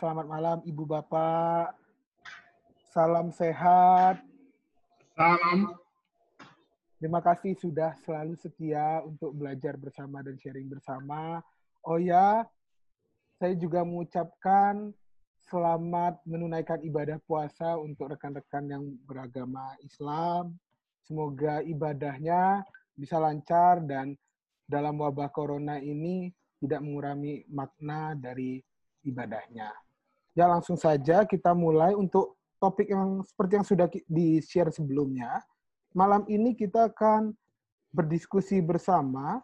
selamat malam Ibu Bapak. Salam sehat. Salam. Terima kasih sudah selalu setia untuk belajar bersama dan sharing bersama. Oh ya, saya juga mengucapkan selamat menunaikan ibadah puasa untuk rekan-rekan yang beragama Islam. Semoga ibadahnya bisa lancar dan dalam wabah corona ini tidak mengurangi makna dari ibadahnya. Ya, langsung saja kita mulai untuk topik yang seperti yang sudah di-share sebelumnya. Malam ini kita akan berdiskusi bersama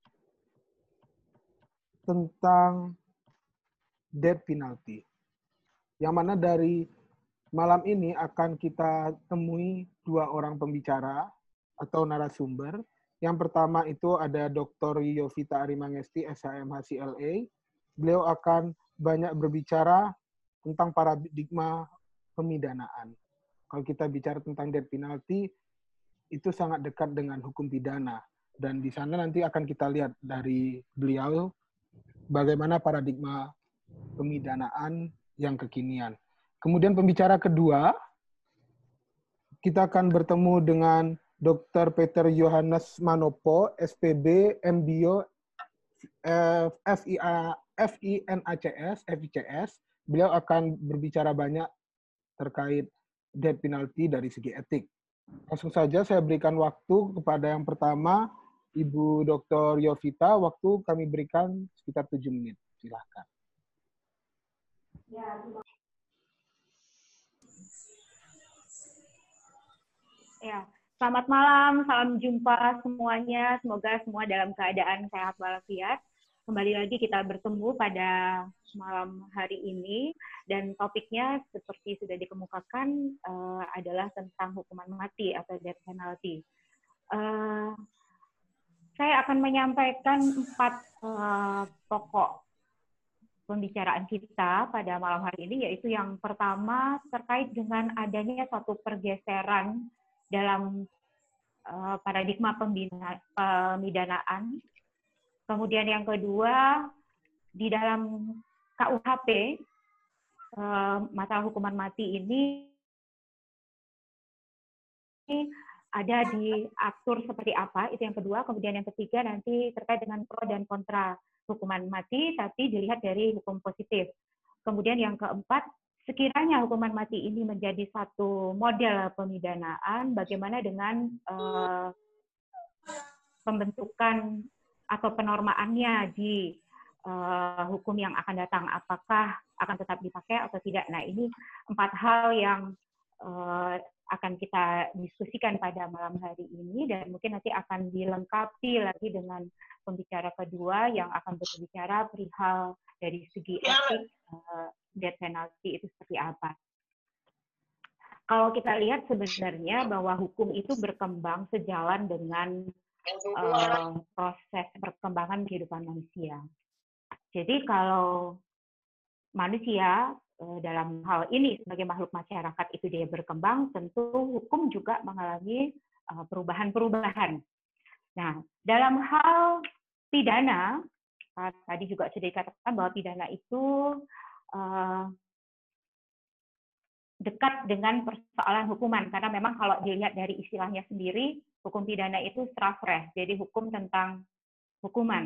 tentang death penalty. Yang mana dari malam ini akan kita temui dua orang pembicara atau narasumber. Yang pertama itu ada Dr. Yovita Arimangesti, SHMH CLA. Beliau akan banyak berbicara tentang paradigma pemidanaan. Kalau kita bicara tentang death penalty, itu sangat dekat dengan hukum pidana. Dan di sana nanti akan kita lihat dari beliau bagaimana paradigma pemidanaan yang kekinian. Kemudian pembicara kedua, kita akan bertemu dengan Dr. Peter Johannes Manopo, SPB, MBio, FINACS. Beliau akan berbicara banyak terkait death penalty dari segi etik. Langsung saja saya berikan waktu kepada yang pertama, Ibu Dr. Yovita. Waktu kami berikan sekitar 7 menit. Silahkan. Ya, selamat malam, salam jumpa semuanya. Semoga semua dalam keadaan sehat walafiat. Kembali lagi kita bertemu pada malam hari ini, dan topiknya seperti sudah dikemukakan adalah tentang hukuman mati atau death penalty. Saya akan menyampaikan 4 pokok pembicaraan kita pada malam hari ini, yaitu yang pertama terkait dengan adanya satu pergeseran dalam paradigma pemidanaan. Kemudian yang kedua, di dalam KUHP, masalah hukuman mati ini ada diatur seperti apa, itu yang kedua. Kemudian yang ketiga nanti terkait dengan pro dan kontra hukuman mati, tapi dilihat dari hukum positif. Kemudian yang keempat, sekiranya hukuman mati ini menjadi satu model pemidanaan, bagaimana dengan pembentukan atau penormaannya di hukum yang akan datang, apakah akan tetap dipakai atau tidak. Nah, ini 4 hal yang akan kita diskusikan pada malam hari ini, dan mungkin nanti akan dilengkapi lagi dengan pembicara kedua yang akan berbicara perihal dari segi etik death penalty itu seperti apa. Kalau kita lihat sebenarnya bahwa hukum itu berkembang sejalan dengan proses perkembangan kehidupan manusia. Jadi kalau manusia dalam hal ini sebagai makhluk masyarakat itu dia berkembang, tentu hukum juga mengalami perubahan-perubahan. Nah, dalam hal pidana, tadi juga sudah dikatakan bahwa pidana itu dekat dengan persoalan hukuman, karena memang kalau dilihat dari istilahnya sendiri, hukum pidana itu strafrecht, jadi hukum tentang hukuman.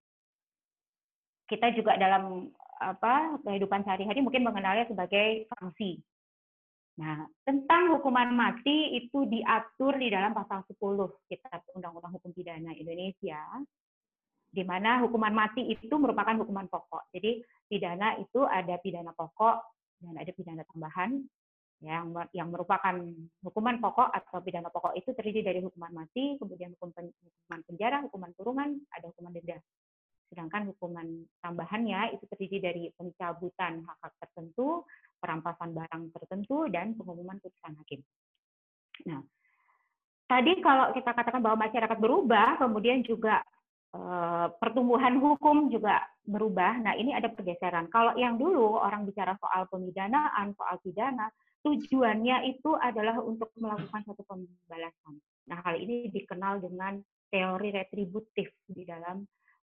Kita juga dalam kehidupan sehari-hari mungkin mengenalnya sebagai sanksi. Nah, tentang hukuman mati itu diatur di dalam pasal 10 Kitab Undang-Undang Hukum Pidana Indonesia, di mana hukuman mati itu merupakan hukuman pokok. Jadi pidana itu ada pidana pokok dan ada pidana tambahan. Yang merupakan hukuman pokok atau pidana pokok itu terdiri dari hukuman mati, kemudian hukuman penjara, hukuman kurungan, ada hukuman denda. Sedangkan hukuman tambahannya itu terdiri dari pencabutan hak-hak tertentu, perampasan barang tertentu, dan pengumuman putusan hakim. Nah, tadi kalau kita katakan bahwa masyarakat berubah, kemudian juga pertumbuhan hukum juga berubah. Nah, ini ada pergeseran. Kalau yang dulu orang bicara soal pemidanaan, soal pidana, tujuannya itu adalah untuk melakukan satu pembalasan. Nah, hal ini dikenal dengan teori retributif di dalam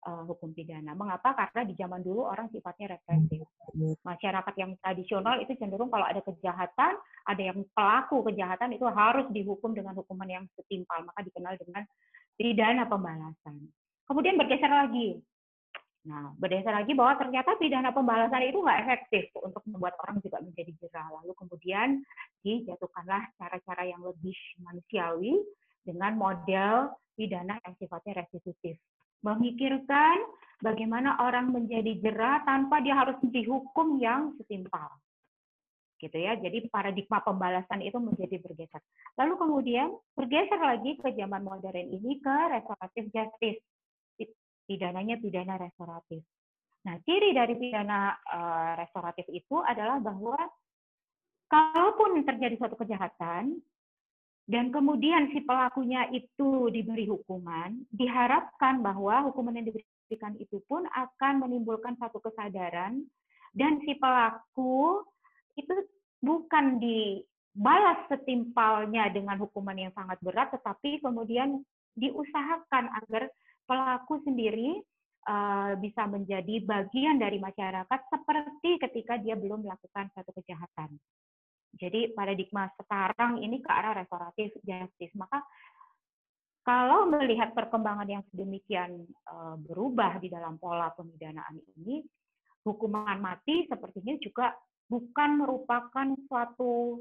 hukum pidana. Mengapa? Karena di zaman dulu orang sifatnya represif. Masyarakat yang tradisional itu cenderung kalau ada kejahatan, ada yang pelaku kejahatan itu harus dihukum dengan hukuman yang setimpal, maka dikenal dengan pidana pembalasan. Kemudian bergeser lagi. Nah, bergeser lagi bahwa ternyata pidana pembalasan itu nggak efektif untuk membuat orang juga menjadi jera. Lalu kemudian dijatuhkanlah cara-cara yang lebih manusiawi dengan model pidana yang sifatnya restitutif. Memikirkan bagaimana orang menjadi jera tanpa dia harus dihukum yang setimpal. Gitu ya. Jadi paradigma pembalasan itu menjadi bergeser. Lalu kemudian bergeser lagi ke zaman modern ini ke restoratif justice. Pidananya pidana restoratif. Nah, ciri dari pidana restoratif itu adalah bahwa kalaupun terjadi suatu kejahatan, dan kemudian si pelakunya itu diberi hukuman, diharapkan bahwa hukuman yang diberikan itu pun akan menimbulkan satu kesadaran, dan si pelaku itu bukan dibalas setimpalnya dengan hukuman yang sangat berat, tetapi kemudian diusahakan agar pelaku sendiri bisa menjadi bagian dari masyarakat seperti ketika dia belum melakukan satu kejahatan. Jadi paradigma sekarang ini ke arah restoratif justice. Maka kalau melihat perkembangan yang sedemikian berubah di dalam pola pemidanaan ini, hukuman mati sepertinya juga bukan merupakan suatu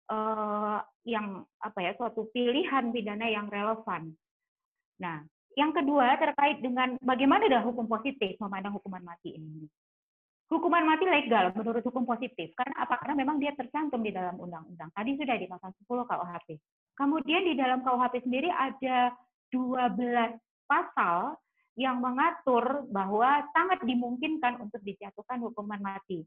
suatu pilihan pidana yang relevan. Nah, yang kedua terkait dengan bagaimana dah hukum positif memandang hukuman mati ini. Hukuman mati legal menurut hukum positif. Karena apa? Karena memang dia tercantum di dalam undang-undang. Tadi sudah di pasal 10 KUHP. Kemudian di dalam KUHP sendiri ada 12 pasal yang mengatur bahwa sangat dimungkinkan untuk dijatuhkan hukuman mati.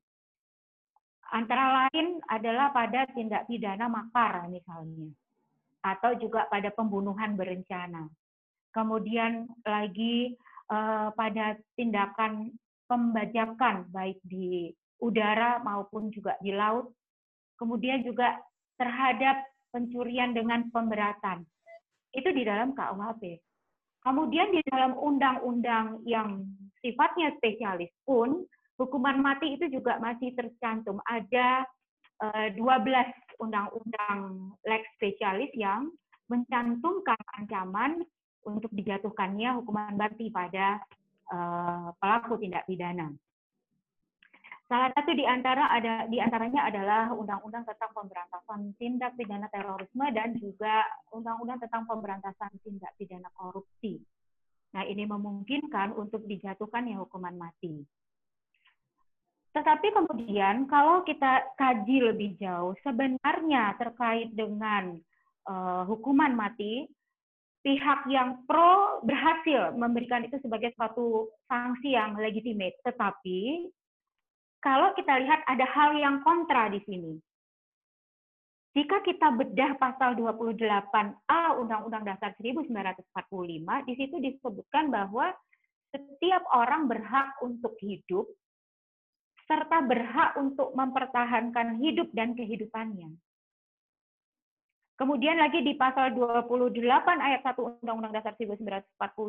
Antara lain adalah pada tindak pidana makar misalnya. Atau juga pada pembunuhan berencana. Kemudian lagi pada tindakan pembajakan baik di udara maupun juga di laut, kemudian juga terhadap pencurian dengan pemberatan. Itu di dalam KUHP. Kemudian di dalam undang-undang yang sifatnya spesialis pun, hukuman mati itu juga masih tercantum. Ada 12 undang-undang lex spesialis yang mencantumkan ancaman untuk dijatuhkannya hukuman mati pada pelaku tindak pidana. Salah satu di antaranya adalah Undang-Undang tentang Pemberantasan Tindak Pidana Terorisme dan juga Undang-Undang tentang Pemberantasan Tindak Pidana Korupsi. Nah, ini memungkinkan untuk dijatuhkannya hukuman mati. Tetapi kemudian kalau kita kaji lebih jauh, sebenarnya terkait dengan hukuman mati, pihak yang pro berhasil memberikan itu sebagai suatu sanksi yang legitimate. Tetapi kalau kita lihat ada hal yang kontra di sini. Jika kita bedah pasal 28A Undang-Undang Dasar 1945, di situ disebutkan bahwa setiap orang berhak untuk hidup serta berhak untuk mempertahankan hidup dan kehidupannya. Kemudian lagi di pasal 28 ayat 1 Undang-Undang Dasar 1945,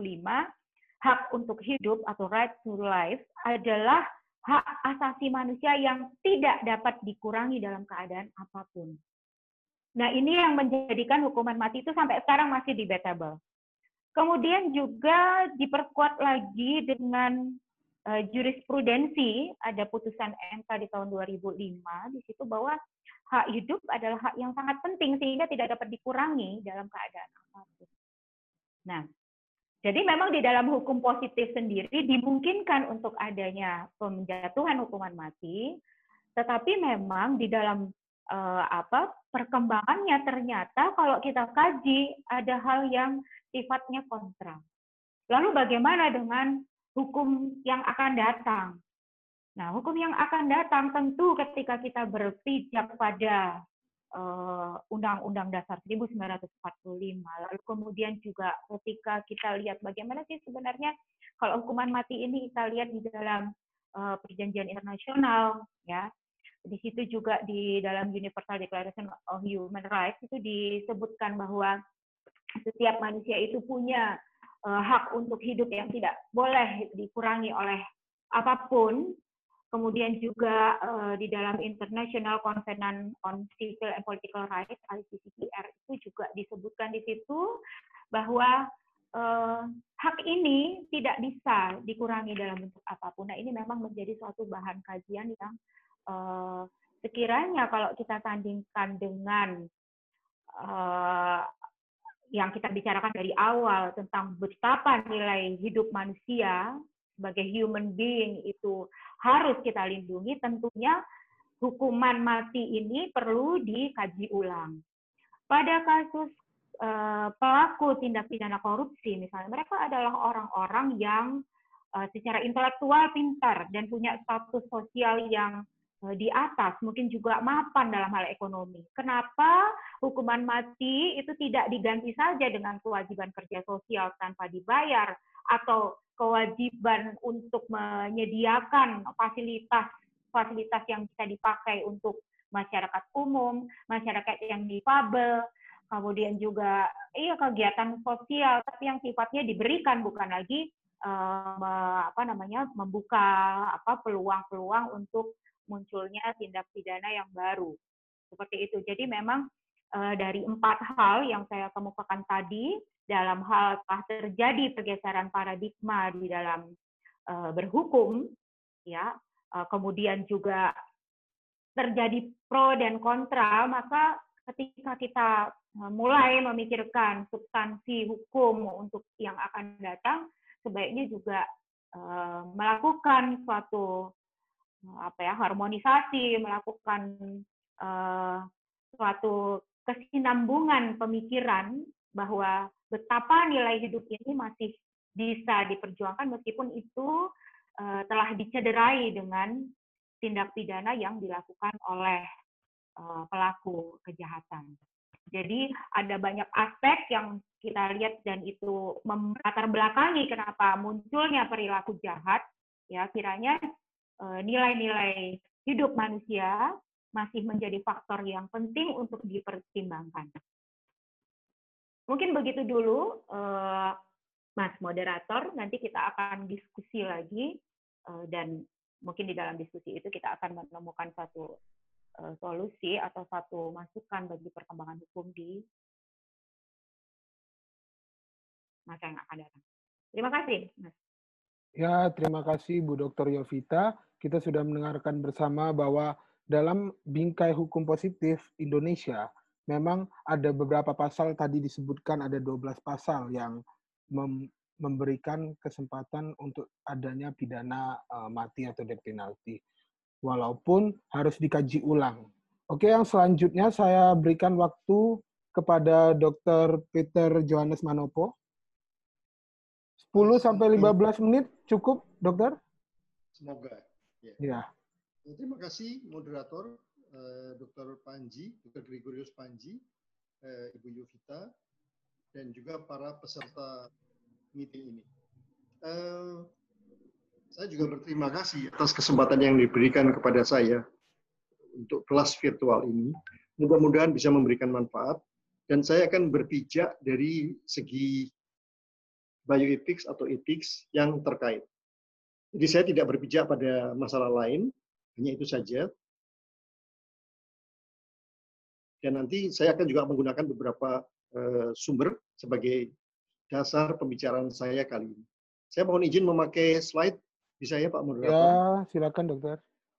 hak untuk hidup atau right to life adalah hak asasi manusia yang tidak dapat dikurangi dalam keadaan apapun. Nah, ini yang menjadikan hukuman mati itu sampai sekarang masih debatable. Kemudian juga diperkuat lagi dengan jurisprudensi, ada putusan MK di tahun 2005 di situ bahwa hak hidup adalah hak yang sangat penting sehingga tidak dapat dikurangi dalam keadaan apapun. Nah, jadi memang di dalam hukum positif sendiri dimungkinkan untuk adanya penjatuhan hukuman mati, tetapi memang di dalam perkembangannya ternyata kalau kita kaji ada hal yang sifatnya kontra. Lalu bagaimana dengan hukum yang akan datang? Nah, hukum yang akan datang tentu ketika kita berpijak pada Undang-Undang Dasar 1945, lalu kemudian juga ketika kita lihat bagaimana sih sebenarnya kalau hukuman mati ini kita lihat di dalam perjanjian internasional, ya. Di situ juga di dalam Universal Declaration of Human Rights itu disebutkan bahwa setiap manusia itu punya hak untuk hidup yang tidak boleh dikurangi oleh apapun. Kemudian juga di dalam International Covenant on Civil and Political Rights (ICCPR) itu juga disebutkan di situ bahwa hak ini tidak bisa dikurangi dalam bentuk apapun. Nah, ini memang menjadi suatu bahan kajian yang sekiranya kalau kita tandingkan dengan yang kita bicarakan dari awal tentang betapa nilai hidup manusia sebagai human being itu harus kita lindungi, tentunya hukuman mati ini perlu dikaji ulang. Pada kasus pelaku tindak pidana korupsi misalnya, mereka adalah orang-orang yang secara intelektual pintar dan punya status sosial yang di atas, mungkin juga mapan dalam hal ekonomi. Kenapa hukuman mati itu tidak diganti saja dengan kewajiban kerja sosial tanpa dibayar, atau kewajiban untuk menyediakan fasilitas yang bisa dipakai untuk masyarakat umum, masyarakat yang difabel, kemudian juga kegiatan sosial tapi yang sifatnya diberikan, bukan lagi membuka peluang-peluang untuk munculnya tindak pidana yang baru seperti itu. Jadi memang dari 4 hal yang saya kemukakan tadi, dalam hal telah terjadi pergeseran paradigma di dalam berhukum, ya, kemudian juga terjadi pro dan kontra, maka ketika kita mulai memikirkan substansi hukum untuk yang akan datang, sebaiknya juga melakukan suatu harmonisasi, melakukan suatu kesinambungan pemikiran bahwa betapa nilai hidup ini masih bisa diperjuangkan meskipun itu telah dicederai dengan tindak pidana yang dilakukan oleh pelaku kejahatan. Jadi ada banyak aspek yang kita lihat dan itu melatar belakangi kenapa munculnya perilaku jahat. Ya, kiranya nilai-nilai hidup manusia masih menjadi faktor yang penting untuk dipertimbangkan. Mungkin begitu dulu, Mas Moderator. Nanti kita akan diskusi lagi, dan mungkin di dalam diskusi itu kita akan menemukan satu solusi atau satu masukan bagi perkembangan hukum di masa yang akan datang. Terima kasih, Mas. Ya, terima kasih Bu Dr. Yovita. Kita sudah mendengarkan bersama bahwa dalam bingkai hukum positif Indonesia, memang ada beberapa pasal, tadi disebutkan ada 12 pasal yang memberikan kesempatan untuk adanya pidana mati atau death penalty. Walaupun harus dikaji ulang. Oke, yang selanjutnya saya berikan waktu kepada Dr. Peter Johannes Manopo. 10-15 menit cukup, dokter? Semoga. Ya. Terima kasih moderator, Dr. Panji, Dr. Gregorius Panji, Ibu Yovita, dan juga para peserta meeting ini. Saya juga berterima kasih atas kesempatan yang diberikan kepada saya untuk kelas virtual ini. Mudah-mudahan bisa memberikan manfaat, dan saya akan berpijak dari segi bioethics atau ethics yang terkait. Jadi saya tidak berpijak pada masalah lain, hanya itu saja. Dan nanti saya akan juga menggunakan beberapa sumber sebagai dasar pembicaraan saya kali ini. Saya mohon izin memakai slide, bisa ya Pak Moderator? Ya, silakan dokter.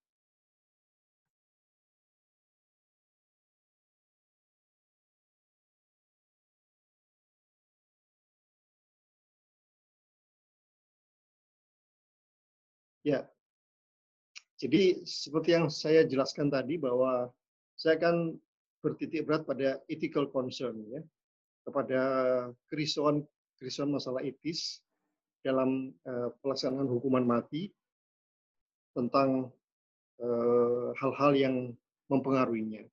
Ya, jadi seperti yang saya jelaskan tadi bahwa saya akan bertitik berat pada ethical concern, ya, kepada kerisauan masalah etis dalam pelaksanaan hukuman mati, tentang hal-hal yang mempengaruhinya.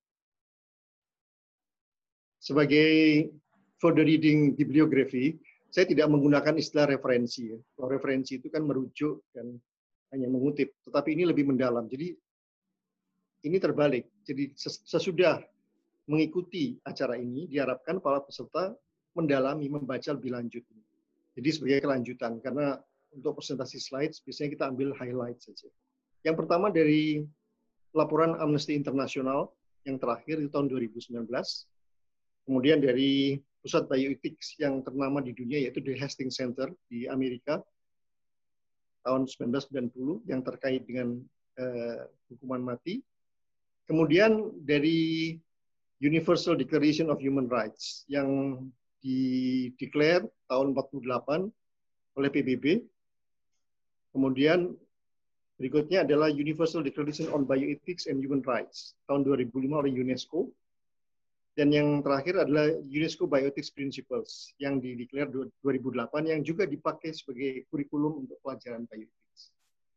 Sebagai further reading bibliografi, saya tidak menggunakan istilah referensi. Ya. Kalau referensi itu kan merujuk dan hanya mengutip, tetapi ini lebih mendalam. Jadi ini terbalik. Jadi sesudah mengikuti acara ini, diharapkan para peserta mendalami, membaca lebih lanjut. Jadi sebagai kelanjutan, karena untuk presentasi slides biasanya kita ambil highlight saja. Yang pertama dari laporan Amnesty International yang terakhir di tahun 2019, kemudian dari Pusat Bioethics yang ternama di dunia yaitu The Hastings Center di Amerika tahun 1990 yang terkait dengan hukuman mati. Kemudian dari Universal Declaration of Human Rights yang dideklar tahun 48 oleh PBB. Kemudian berikutnya adalah Universal Declaration on Bioethics and Human Rights tahun 2005 oleh UNESCO. Dan yang terakhir adalah UNESCO Bioethics Principles yang dideklar 2008 yang juga dipakai sebagai kurikulum untuk pelajaran bioethics.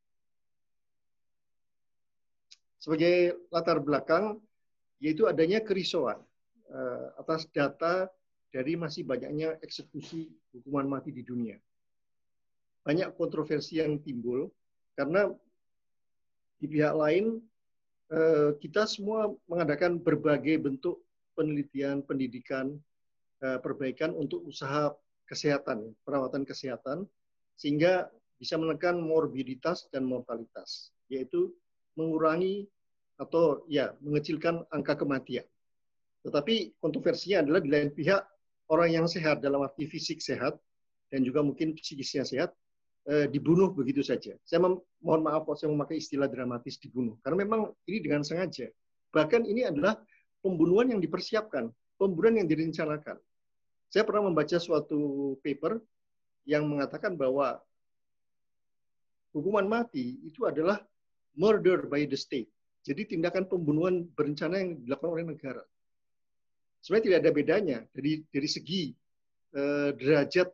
Sebagai latar belakang, yaitu adanya kerisauan atas data dari masih banyaknya eksekusi hukuman mati di dunia. Banyak kontroversi yang timbul karena di pihak lain kita semua mengadakan berbagai bentuk penelitian, pendidikan, perbaikan untuk usaha kesehatan, perawatan kesehatan, sehingga bisa menekan morbiditas dan mortalitas, yaitu mengurangi atau ya mengecilkan angka kematian. Tetapi kontroversinya adalah di lain pihak orang yang sehat dalam arti fisik sehat dan juga mungkin psikisnya sehat dibunuh begitu saja. Saya mohon maaf kalau saya memakai istilah dramatis dibunuh, karena memang ini dengan sengaja. Bahkan ini adalah pembunuhan yang dipersiapkan, pembunuhan yang direncanakan. Saya pernah membaca suatu paper yang mengatakan bahwa hukuman mati itu adalah murder by the state. Jadi tindakan pembunuhan berencana yang dilakukan oleh negara. Sebenarnya tidak ada bedanya dari segi derajat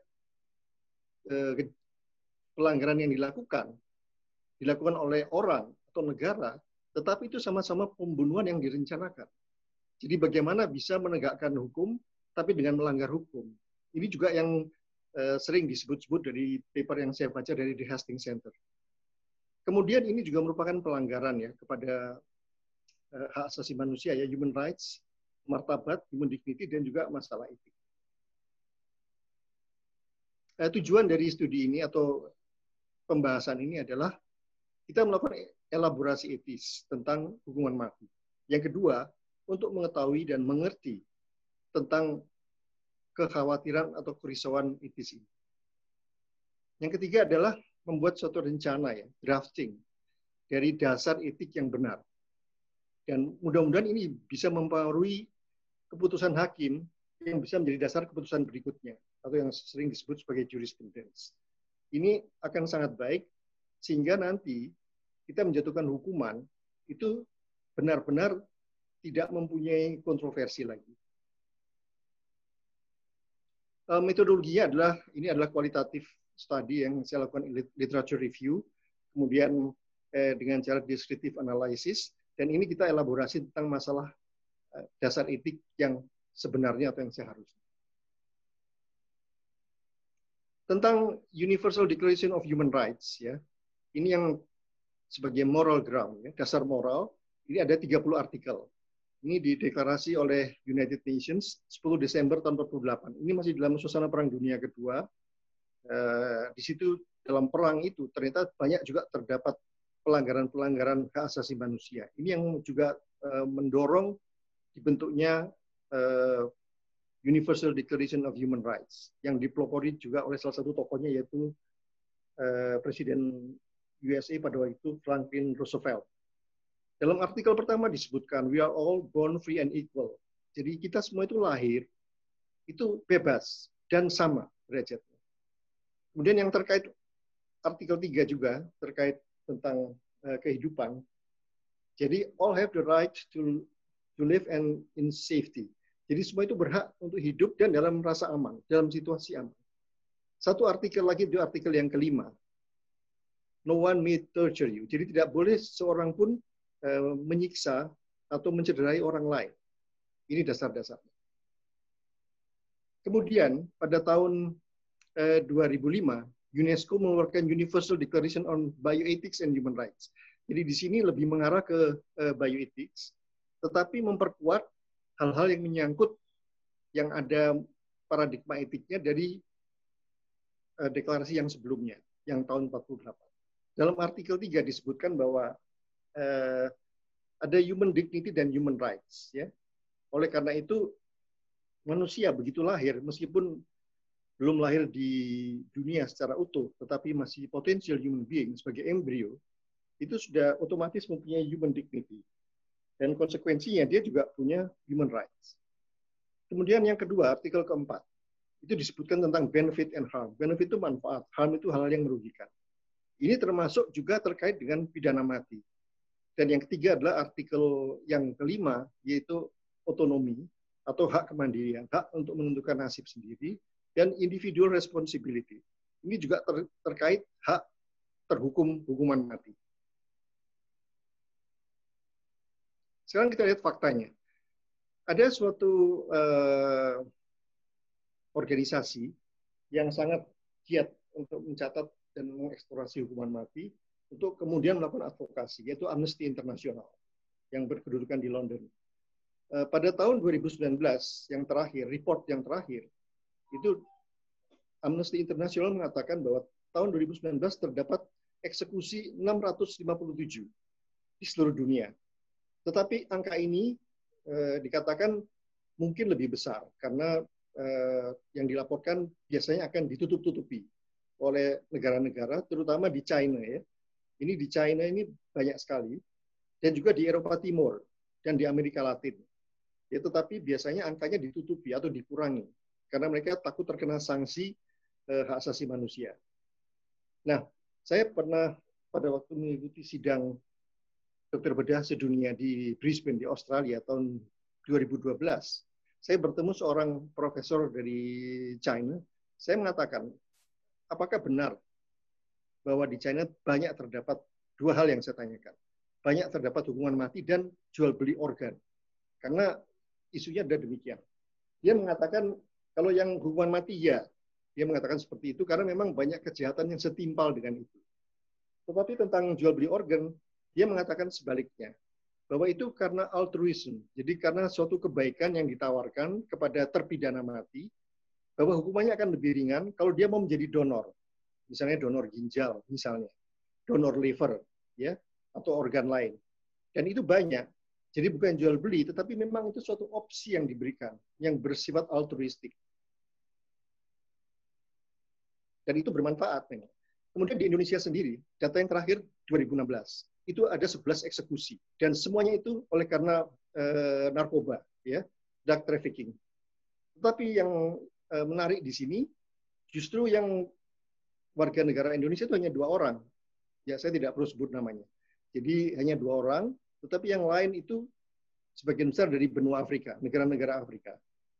pelanggaran yang dilakukan oleh orang atau negara, tetapi itu sama-sama pembunuhan yang direncanakan. Jadi bagaimana bisa menegakkan hukum, tapi dengan melanggar hukum. Ini juga yang sering disebut-sebut dari paper yang saya baca dari The Hastings Center. Kemudian ini juga merupakan pelanggaran ya kepada hak asasi manusia, ya human rights, martabat, human dignity, dan juga masalah etik. Tujuan dari studi ini atau pembahasan ini adalah kita melakukan elaborasi etis tentang hukuman mati. Yang kedua, untuk mengetahui dan mengerti tentang kekhawatiran atau kerisauan etis ini. Yang ketiga adalah membuat suatu rencana ya, drafting dari dasar etik yang benar. Dan mudah-mudahan ini bisa mempengaruhi keputusan hakim yang bisa menjadi dasar keputusan berikutnya atau yang sering disebut sebagai jurisprudence. Ini akan sangat baik sehingga nanti kita menjatuhkan hukuman itu benar-benar tidak mempunyai kontroversi lagi. Metodologinya adalah kualitatif study yang saya lakukan literature review, kemudian dengan cara descriptive analysis, dan ini kita elaborasi tentang masalah dasar etik yang sebenarnya atau yang seharusnya. Tentang Universal Declaration of Human Rights, ya, ini yang sebagai moral ground, ya, dasar moral, ini ada 30 artikel. Ini dideklarasi oleh United Nations 10 Desember tahun 1948. Ini masih dalam suasana Perang Dunia Kedua. Di situ dalam perang itu ternyata banyak juga terdapat pelanggaran-pelanggaran hak asasi manusia. Ini yang juga mendorong dibentuknya Universal Declaration of Human Rights yang dipelopori juga oleh salah satu tokohnya yaitu Presiden USA pada waktu itu Franklin Roosevelt. Dalam artikel pertama disebutkan, we are all born free and equal. Jadi kita semua itu lahir, itu bebas dan sama derajatnya. Kemudian yang terkait artikel 3 juga, terkait tentang kehidupan. Jadi all have the right to live and in safety. Jadi semua itu berhak untuk hidup dan dalam rasa aman, dalam situasi aman. Satu artikel lagi, itu artikel yang kelima. No one may torture you. Jadi tidak boleh seorang pun menyiksa atau mencederai orang lain. Ini dasar-dasarnya. Kemudian pada tahun 2005, UNESCO mengeluarkan Universal Declaration on Bioethics and Human Rights. Jadi di sini lebih mengarah ke bioethics, tetapi memperkuat hal-hal yang menyangkut yang ada paradigma etiknya dari deklarasi yang sebelumnya, yang tahun 48. Dalam artikel 3 disebutkan bahwa ada human dignity dan human rights. Ya. Oleh karena itu, manusia begitu lahir, meskipun belum lahir di dunia secara utuh, tetapi masih potential human being sebagai embrio, itu sudah otomatis mempunyai human dignity. Dan konsekuensinya dia juga punya human rights. Kemudian yang kedua, artikel keempat, itu disebutkan tentang benefit and harm. Benefit itu manfaat, harm itu hal yang merugikan. Ini termasuk juga terkait dengan pidana mati. Dan yang ketiga adalah artikel yang kelima, yaitu otonomi atau hak kemandirian, hak untuk menentukan nasib sendiri, dan individual responsibility. Ini juga terkait hak terhukum hukuman mati. Sekarang kita lihat faktanya. Ada suatu organisasi yang sangat giat untuk mencatat dan mengeksplorasi hukuman mati, untuk kemudian melakukan advokasi, yaitu Amnesty International, yang berkedudukan di London. Pada tahun 2019, yang terakhir, report yang terakhir, itu Amnesty International mengatakan bahwa tahun 2019 terdapat eksekusi 657 di seluruh dunia. Tetapi angka ini dikatakan mungkin lebih besar karena yang dilaporkan biasanya akan ditutup-tutupi oleh negara-negara, terutama di China. Ya. Ini di China ini banyak sekali, dan juga di Eropa Timur dan di Amerika Latin. Ya, tetapi biasanya angkanya ditutupi atau dikurangi karena mereka takut terkena sanksi hak asasi manusia. Nah, saya pernah pada waktu mengikuti sidang dokter bedah sedunia di Brisbane di Australia tahun 2012, saya bertemu seorang profesor dari China. Saya mengatakan, apakah benar bahwa di China banyak terdapat dua hal yang saya tanyakan. Banyak terdapat hukuman mati dan jual beli organ. Karena isunya ada demikian. Dia mengatakan kalau yang hukuman mati ya, dia mengatakan seperti itu karena memang banyak kejahatan yang setimpal dengan itu. Tetapi tentang jual beli organ, dia mengatakan sebaliknya, bahwa itu karena altruism, jadi karena suatu kebaikan yang ditawarkan kepada terpidana mati, bahwa hukumannya akan lebih ringan kalau dia mau menjadi donor, misalnya donor ginjal, misalnya donor liver, ya, atau organ lain. Dan itu banyak. Jadi bukan jual beli, tetapi memang itu suatu opsi yang diberikan, yang bersifat altruistik. Dan itu bermanfaat memang. Kemudian di Indonesia sendiri, data yang terakhir 2016, itu ada 11 eksekusi. Dan semuanya itu oleh karena narkoba, ya, drug trafficking. Tetapi yang menarik di sini, justru yang warga negara Indonesia itu hanya 2 orang. Ya, saya tidak perlu sebut namanya. Jadi hanya 2 orang, tetapi yang lain itu sebagian besar dari benua Afrika, negara-negara Afrika.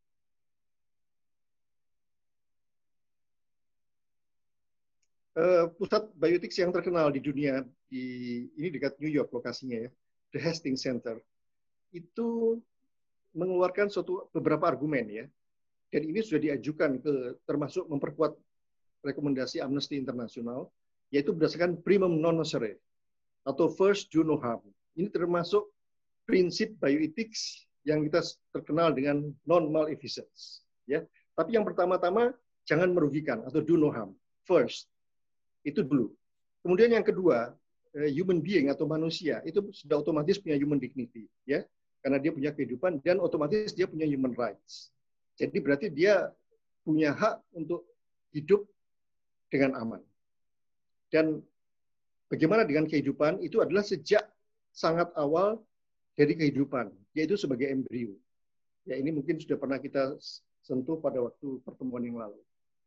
Pusat bioetik yang terkenal di dunia, ini dekat New York lokasinya ya, The Hastings Center, itu mengeluarkan beberapa argumen ya, dan ini sudah diajukan termasuk memperkuat rekomendasi Amnesty International, yaitu berdasarkan primum non nocere atau first do no harm. Ini termasuk prinsip bioethics yang kita terkenal dengan non maleficence. Ya, tapi yang pertama-tama jangan merugikan atau do no harm first. Itu dulu. Kemudian yang kedua, human being atau manusia itu sudah otomatis punya human dignity, ya, karena dia punya kehidupan dan otomatis dia punya human rights. Jadi berarti dia punya hak untuk hidup dengan aman. Dan bagaimana dengan kehidupan itu adalah sejak sangat awal dari kehidupan, yaitu sebagai embrio. Ya, ini mungkin sudah pernah kita sentuh pada waktu pertemuan yang lalu.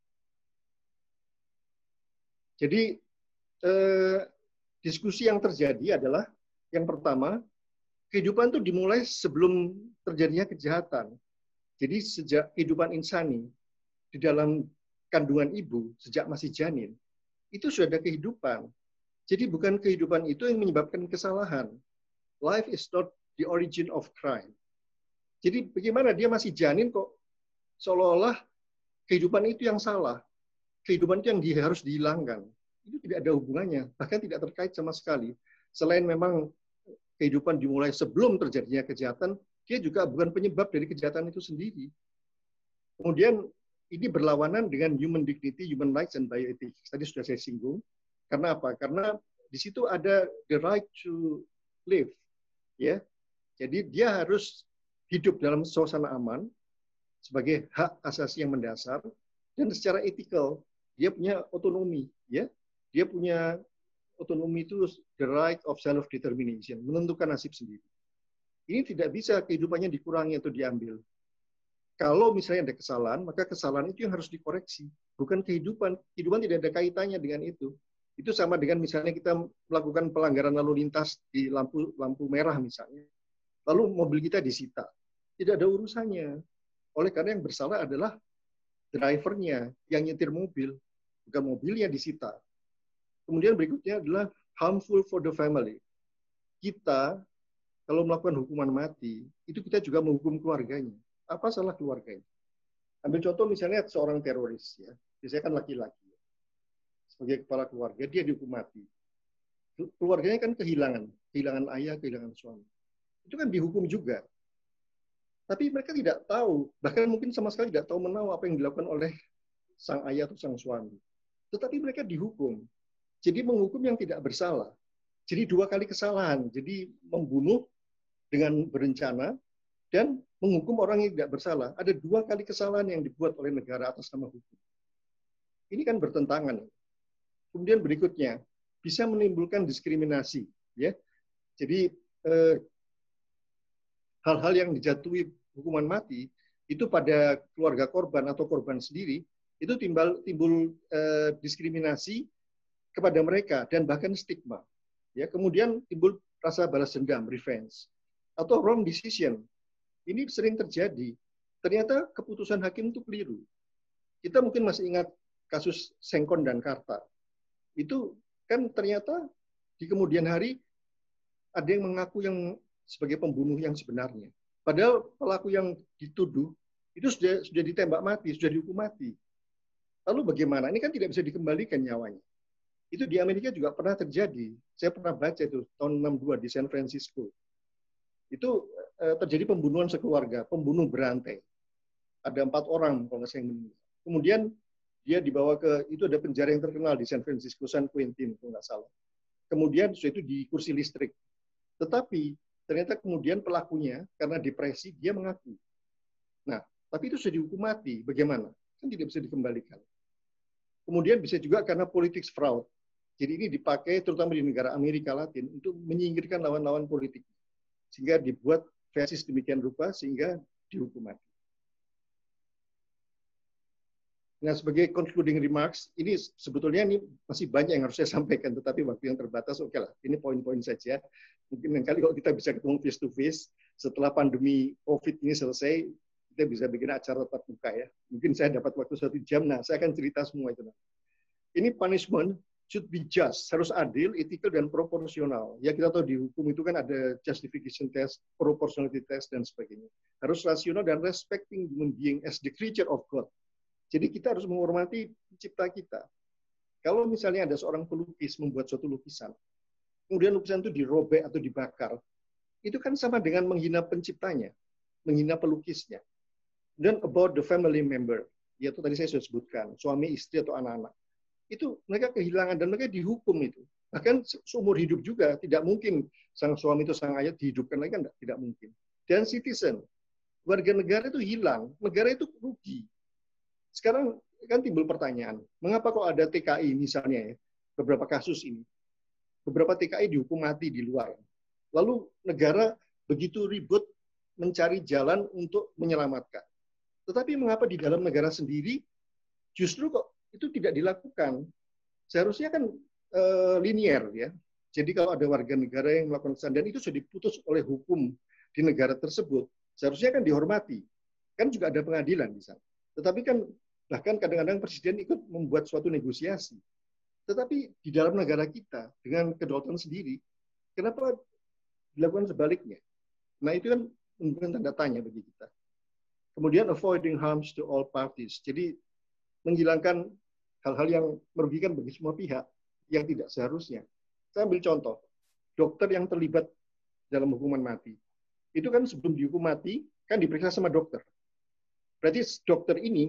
Jadi diskusi yang terjadi adalah yang pertama, kehidupan itu dimulai sebelum terjadinya kejahatan. Jadi sejak kehidupan insani di dalam kandungan ibu, sejak masih janin, itu sudah ada kehidupan. Jadi bukan kehidupan itu yang menyebabkan kesalahan. Life is not the origin of crime. Jadi bagaimana dia masih janin kok seolah-olah kehidupan itu yang salah. Kehidupan itu yang harus dihilangkan. Itu tidak ada hubungannya, bahkan tidak terkait sama sekali. Selain memang kehidupan dimulai sebelum terjadinya kejahatan, dia juga bukan penyebab dari kejahatan itu sendiri. Kemudian ini berlawanan dengan human dignity, human rights, and bioethics. Tadi sudah saya singgung. Karena apa? Karena di situ ada the right to live, ya. Jadi dia harus hidup dalam suasana aman sebagai hak asasi yang mendasar, dan secara etikal dia punya otonomi, ya. Dia punya otonomi itu the right of self determination, menentukan nasib sendiri. Ini tidak bisa kehidupannya dikurangi atau diambil. Kalau misalnya ada kesalahan, maka kesalahan itu yang harus dikoreksi, bukan kehidupan. Kehidupan tidak ada kaitannya dengan itu. Itu sama dengan misalnya kita melakukan pelanggaran lalu lintas di lampu merah misalnya, lalu mobil kita disita. Tidak ada urusannya. Oleh karena yang bersalah adalah drivernya yang nyetir mobil, bukan mobilnya disita. Kemudian berikutnya adalah harmful for the family. Kita kalau melakukan hukuman mati, itu kita juga menghukum keluarganya. Apa salah keluarganya? Ambil contoh misalnya seorang teroris, ya, biasanya kan laki-laki. Sebagai kepala keluarga, dia dihukum mati. Keluarganya kan kehilangan ayah, kehilangan suami. Itu kan dihukum juga. Tapi mereka tidak tahu, bahkan mungkin sama sekali tidak tahu menahu apa yang dilakukan oleh sang ayah atau sang suami. Tetapi mereka dihukum. Jadi menghukum yang tidak bersalah. Jadi 2 kali kesalahan. Jadi membunuh dengan berencana dan menghukum orang yang tidak bersalah. Ada 2 kali kesalahan yang dibuat oleh negara atas nama hukum. Ini kan bertentangan. Kemudian berikutnya, bisa menimbulkan diskriminasi. Ya. Jadi hal-hal yang dijatuhi hukuman mati, itu pada keluarga korban atau korban sendiri, itu timbul diskriminasi kepada mereka, dan bahkan stigma. Ya, kemudian timbul rasa balas dendam, revenge. Atau wrong decision. Ini sering terjadi. Ternyata keputusan hakim itu keliru. Kita mungkin masih ingat kasus Sengkon dan Karta. Itu kan ternyata di kemudian hari ada yang mengaku yang sebagai pembunuh yang sebenarnya. Padahal pelaku yang dituduh itu sudah ditembak mati, sudah dihukum mati. Lalu bagaimana? Ini kan tidak bisa dikembalikan nyawanya. Itu di Amerika juga pernah terjadi. Saya pernah baca itu tahun 62 di San Francisco. Itu terjadi pembunuhan sekeluarga, pembunuh berantai. Ada 4 orang kalau nggak salah yang meninggal. Kemudian dia dibawa ke, itu ada penjara yang terkenal di San Francisco, San Quentin kalau nggak salah. Kemudian setelah itu di kursi listrik. Tetapi ternyata kemudian pelakunya karena depresi dia mengaku. Nah, tapi itu sudah dihukum mati. Bagaimana? Kan tidak bisa dikembalikan. Kemudian bisa juga karena politics fraud. Jadi ini dipakai terutama di negara Amerika Latin untuk menyingkirkan lawan-lawan politik. Sehingga dibuat versi demikian rupa sehingga dihukum mati. Nah, sebagai concluding remarks, ini sebetulnya ini masih banyak yang harus saya sampaikan, tetapi waktu yang terbatas, oke lah, ini poin-poin saja. Mungkin kali kalau kita bisa ketemu face to face, setelah pandemi COVID ini selesai, kita bisa bikin acara tatap muka ya. Mungkin saya dapat waktu 1 jam, nah saya akan cerita semua itu. Ini punishment should be just, harus adil, ethical, dan proporsional. Ya kita tahu di hukum itu kan ada justification test, proportionality test, dan sebagainya. Harus rasional dan respecting human being as the creature of God. Jadi kita harus menghormati pencipta kita. Kalau misalnya ada seorang pelukis membuat suatu lukisan, kemudian lukisan itu dirobek atau dibakar, itu kan sama dengan menghina penciptanya, menghina pelukisnya. Dan about the family member, yaitu tadi saya sudah sebutkan, suami, istri, atau anak-anak. Itu mereka kehilangan dan mereka dihukum itu. Bahkan seumur hidup juga, tidak mungkin sang suami itu sang ayah dihidupkan lagi, kan tidak mungkin. Dan citizen, warga negara itu hilang, negara itu rugi. Sekarang kan timbul pertanyaan, mengapa kok ada TKI misalnya ya, beberapa kasus ini, beberapa TKI dihukum mati di luar. Lalu negara begitu ribut mencari jalan untuk menyelamatkan. Tetapi mengapa di dalam negara sendiri justru kok itu tidak dilakukan? Seharusnya kan linier ya. Jadi kalau ada warga negara yang melakukan kesalahan dan itu sudah diputus oleh hukum di negara tersebut, seharusnya kan dihormati. Kan juga ada pengadilan di sana. Tetapi kan bahkan kadang-kadang presiden ikut membuat suatu negosiasi. Tetapi di dalam negara kita, dengan kedaulatan sendiri, kenapa dilakukan sebaliknya? Nah itu kan menimbulkan tanda tanya bagi kita. Kemudian avoiding harms to all parties. Jadi menghilangkan hal-hal yang merugikan bagi semua pihak yang tidak seharusnya. Saya ambil contoh, dokter yang terlibat dalam hukuman mati. Itu kan sebelum dihukum mati, kan diperiksa sama dokter. Berarti dokter ini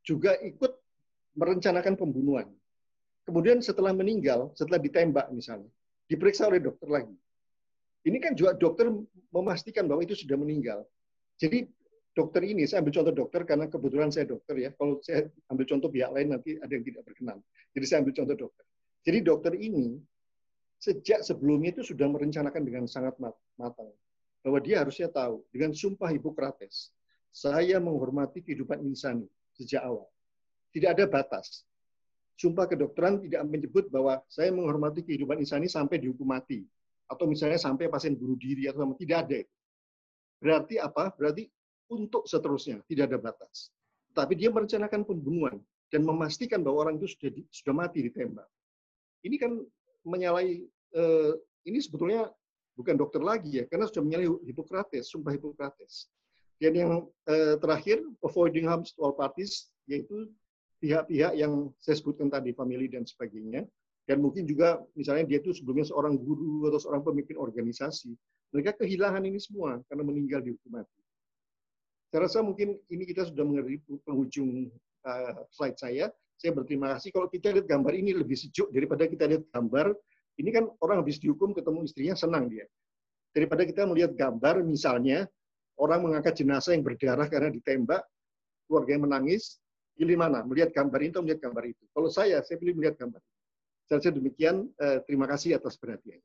juga ikut merencanakan pembunuhan. Kemudian setelah meninggal, setelah ditembak misalnya, diperiksa oleh dokter lagi. Ini kan juga dokter memastikan bahwa itu sudah meninggal. Jadi dokter ini, saya ambil contoh dokter karena kebetulan saya dokter ya. Kalau saya ambil contoh pihak lain nanti ada yang tidak berkenan. Jadi saya ambil contoh dokter. Jadi dokter ini sejak sebelumnya itu sudah merencanakan dengan sangat matang. Bahwa dia harusnya tahu dengan sumpah Hippocrates, saya menghormati kehidupan insani sejak awal. Tidak ada batas. Sumpah kedokteran tidak menyebut bahwa saya menghormati kehidupan insani sampai dihukum mati. Atau misalnya sampai pasien bunuh diri, atau tidak ada. Berarti apa? Berarti untuk seterusnya, tidak ada batas. Tapi dia merencanakan pembunuhan dan memastikan bahwa orang itu sudah mati ditembak. Ini kan menyalahi, ini sebetulnya bukan dokter lagi ya, karena sudah menyalahi Hippocrates, sumpah Hippocrates. Dan yang terakhir, avoiding harm to all parties, yaitu pihak-pihak yang saya sebutkan tadi, family dan sebagainya. Dan mungkin juga misalnya dia itu sebelumnya seorang guru atau seorang pemimpin organisasi. Mereka kehilangan ini semua karena meninggal dihukum mati. Saya rasa mungkin ini kita sudah mengenai penghujung slide saya. Saya berterima kasih. Kalau kita lihat gambar ini lebih sejuk daripada kita lihat gambar. Ini kan orang habis dihukum ketemu istrinya senang dia. Daripada kita melihat gambar misalnya orang mengangkat jenazah yang berdarah karena ditembak, keluarga yang menangis. Pilih mana? Melihat gambar ini atau melihat gambar itu? Kalau saya pilih melihat gambar. Saya rasa demikian. Terima kasih atas perhatiannya.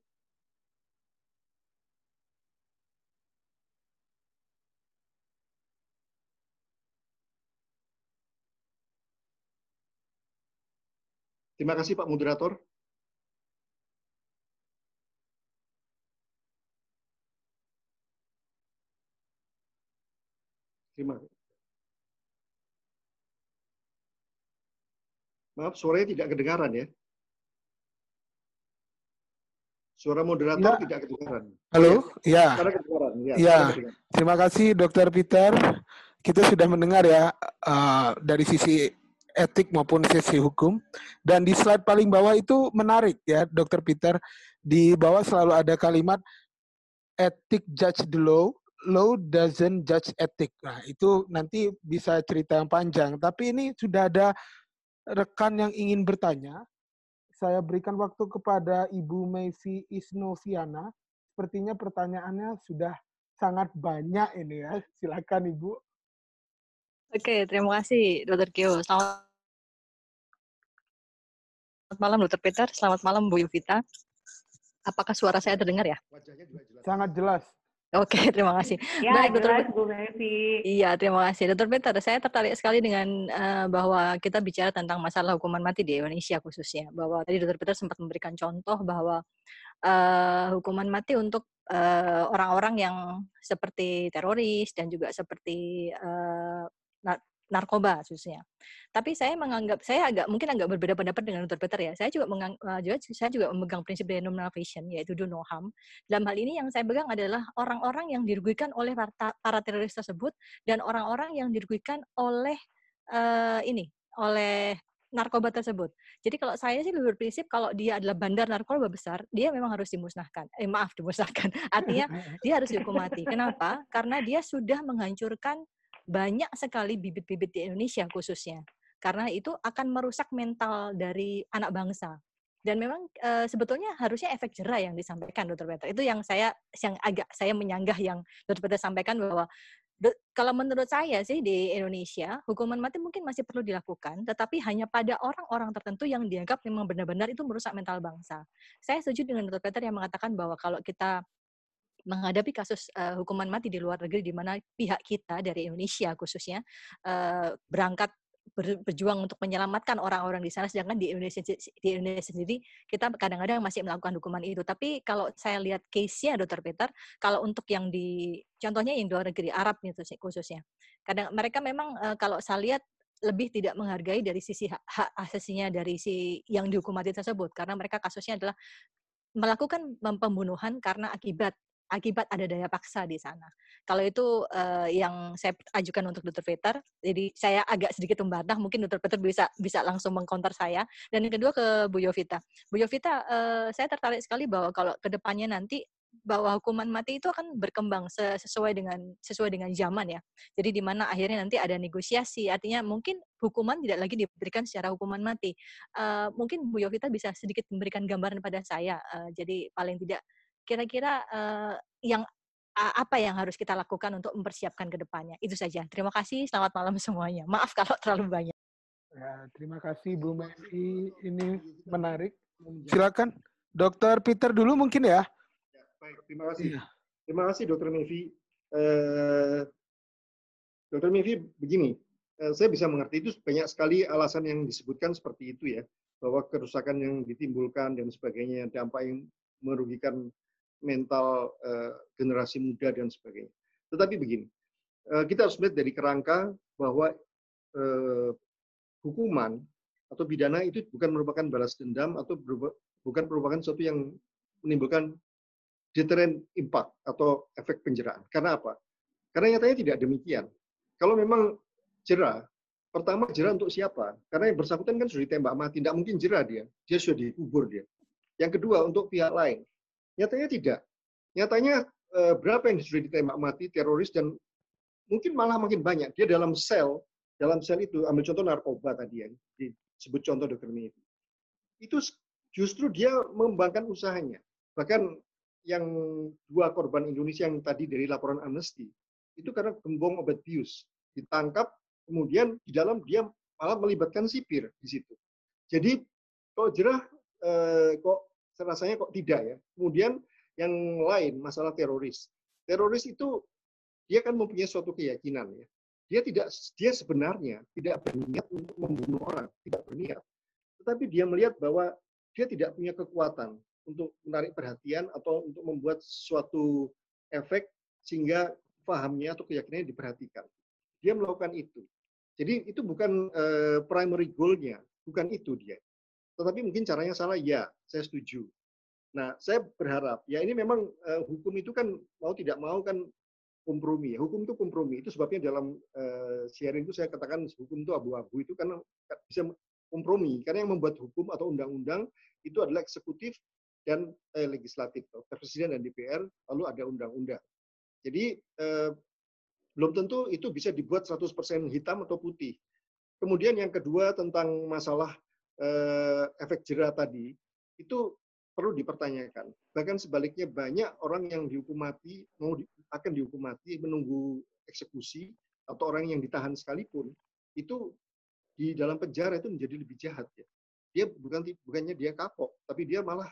Terima kasih Pak Moderator. Terima kasih. Maaf, suaranya tidak kedengaran ya. Suara moderator tidak kedengaran. Halo, ya. Kedengaran. Ya. Terima kasih Dr. Peter. Kita sudah mendengar ya dari sisi etik maupun sisi hukum. Dan di slide paling bawah itu menarik ya, Dr. Peter. Di bawah selalu ada kalimat ethic judge the law, law doesn't judge ethic. Nah, itu nanti bisa cerita yang panjang. Tapi ini sudah ada rekan yang ingin bertanya. Saya berikan waktu kepada Ibu Messi Isnoviana. Sepertinya pertanyaannya sudah sangat banyak ini ya. Silakan Ibu. Oke, terima kasih Dr. Kyo. Selamat malam Dr. Peter, selamat malam Bu Yovita. Apakah suara saya terdengar ya? Wajahnya juga jelas. Sangat jelas. Oke, terima kasih. Ya, baik, jelas Bu Messi. Iya, terima kasih. Dr. Peter, saya tertarik sekali dengan bahwa kita bicara tentang masalah hukuman mati di Indonesia khususnya. Bahwa tadi Dr. Peter sempat memberikan contoh bahwa hukuman mati untuk orang-orang yang seperti teroris dan juga seperti narkoba khususnya. Tapi saya mungkin agak berbeda pendapat dengan Dr. Peter ya. Saya juga memegang prinsip dari non-violation, yaitu do no harm. Dalam hal ini yang saya pegang adalah orang-orang yang dirugikan oleh para teroris tersebut dan orang-orang yang dirugikan oleh oleh narkoba tersebut. Jadi kalau saya sih lebih berprinsip kalau dia adalah bandar narkoba besar, dia memang harus dimusnahkan. Dimusnahkan. Artinya dia harus dihukum mati. Kenapa? Karena dia sudah menghancurkan banyak sekali bibit-bibit di Indonesia khususnya. Karena itu akan merusak mental dari anak bangsa. Dan memang sebetulnya harusnya efek jera yang disampaikan Dr. Peter. Itu yang agak saya menyanggah yang Dr. Peter sampaikan bahwa kalau menurut saya sih di Indonesia hukuman mati mungkin masih perlu dilakukan, tetapi hanya pada orang-orang tertentu yang dianggap memang benar-benar itu merusak mental bangsa. Saya setuju dengan Dr. Peter yang mengatakan bahwa kalau kita menghadapi kasus hukuman mati di luar negeri di mana pihak kita dari Indonesia khususnya berangkat berjuang untuk menyelamatkan orang-orang di sana, sedangkan di Indonesia sendiri kita kadang-kadang masih melakukan hukuman itu. Tapi kalau saya lihat case-nya Dr. Peter, kalau untuk yang contohnya yang di luar negeri, Arab khususnya, kadang mereka memang kalau saya lihat lebih tidak menghargai dari sisi hak asasinya dari si yang dihukum mati tersebut, karena mereka kasusnya adalah melakukan pembunuhan karena akibat ada daya paksa di sana. Kalau itu yang saya ajukan untuk Dr. Peter, jadi saya agak sedikit membantah, mungkin Dr. Peter bisa langsung mengcounter saya. Dan yang kedua ke Bu Yovita. Bu Yovita, saya tertarik sekali bahwa kalau ke depannya nanti bahwa hukuman mati itu akan berkembang sesuai dengan zaman ya. Jadi di mana akhirnya nanti ada negosiasi, artinya mungkin hukuman tidak lagi diberikan secara hukuman mati. Mungkin Bu Yovita bisa sedikit memberikan gambaran pada saya. Jadi paling tidak kira-kira apa yang harus kita lakukan untuk mempersiapkan ke depannya. Itu saja. Terima kasih. Selamat malam semuanya. Maaf kalau terlalu banyak. Ya, terima kasih Bu Mevi. Ini menarik. Silakan Dr. Peter dulu mungkin ya. Baik, terima kasih. Iya. Terima kasih Dr. Mevi. Dr. Mevi, begini, saya bisa mengerti itu banyak sekali alasan yang disebutkan seperti itu ya, bahwa kerusakan yang ditimbulkan dan sebagainya, dampak yang merugikan mental generasi muda dan sebagainya. Tetapi begini, kita harus melihat dari kerangka bahwa hukuman atau pidana itu bukan merupakan balas dendam atau bukan merupakan sesuatu yang menimbulkan deterrent impact atau efek penjeraan. Karena apa? Karena nyatanya tidak demikian. Kalau memang jerah, pertama jerah untuk siapa? Karena yang bersangkutan kan sudah ditembak mati, tidak mungkin jerah dia sudah dikubur dia. Yang kedua untuk pihak lain, nyatanya tidak. Nyatanya berapa yang sudah ditembak mati teroris dan mungkin malah makin banyak. Dia dalam sel itu, ambil contoh narkoba tadi yang disebut contoh Dr. Mevi. Itu justru dia mengembangkan usahanya. Bahkan yang 2 korban Indonesia yang tadi dari laporan Amnesty, itu karena gembong obat bius. Ditangkap, kemudian di dalam dia malah melibatkan sipir di situ. Jadi kalau jerah, kok rasanya kok tidak ya. Kemudian yang lain, masalah teroris. Teroris itu, dia kan mempunyai suatu keyakinan ya. Dia sebenarnya tidak berniat untuk membunuh orang, tidak berniat. Tetapi dia melihat bahwa dia tidak punya kekuatan untuk menarik perhatian atau untuk membuat suatu efek sehingga pahamnya atau keyakinannya diperhatikan. Dia melakukan itu. Jadi itu bukan primary goal-nya, bukan itu dia. Tetapi mungkin caranya salah, ya, saya setuju. Nah, saya berharap, ya ini memang hukum itu kan mau tidak mau kan kompromi. Hukum itu kompromi. Itu sebabnya dalam sharing itu saya katakan hukum itu abu-abu itu karena bisa kompromi. Karena yang membuat hukum atau undang-undang itu adalah eksekutif dan legislatif, presiden dan DPR, lalu ada undang-undang. Jadi belum tentu itu bisa dibuat 100% hitam atau putih. Kemudian yang kedua tentang masalah efek jerah tadi, itu perlu dipertanyakan. Bahkan sebaliknya banyak orang yang dihukum mati, akan dihukum mati, menunggu eksekusi, atau orang yang ditahan sekalipun, itu di dalam penjara itu menjadi lebih jahat. Ya. Dia bukannya dia kapok, tapi dia malah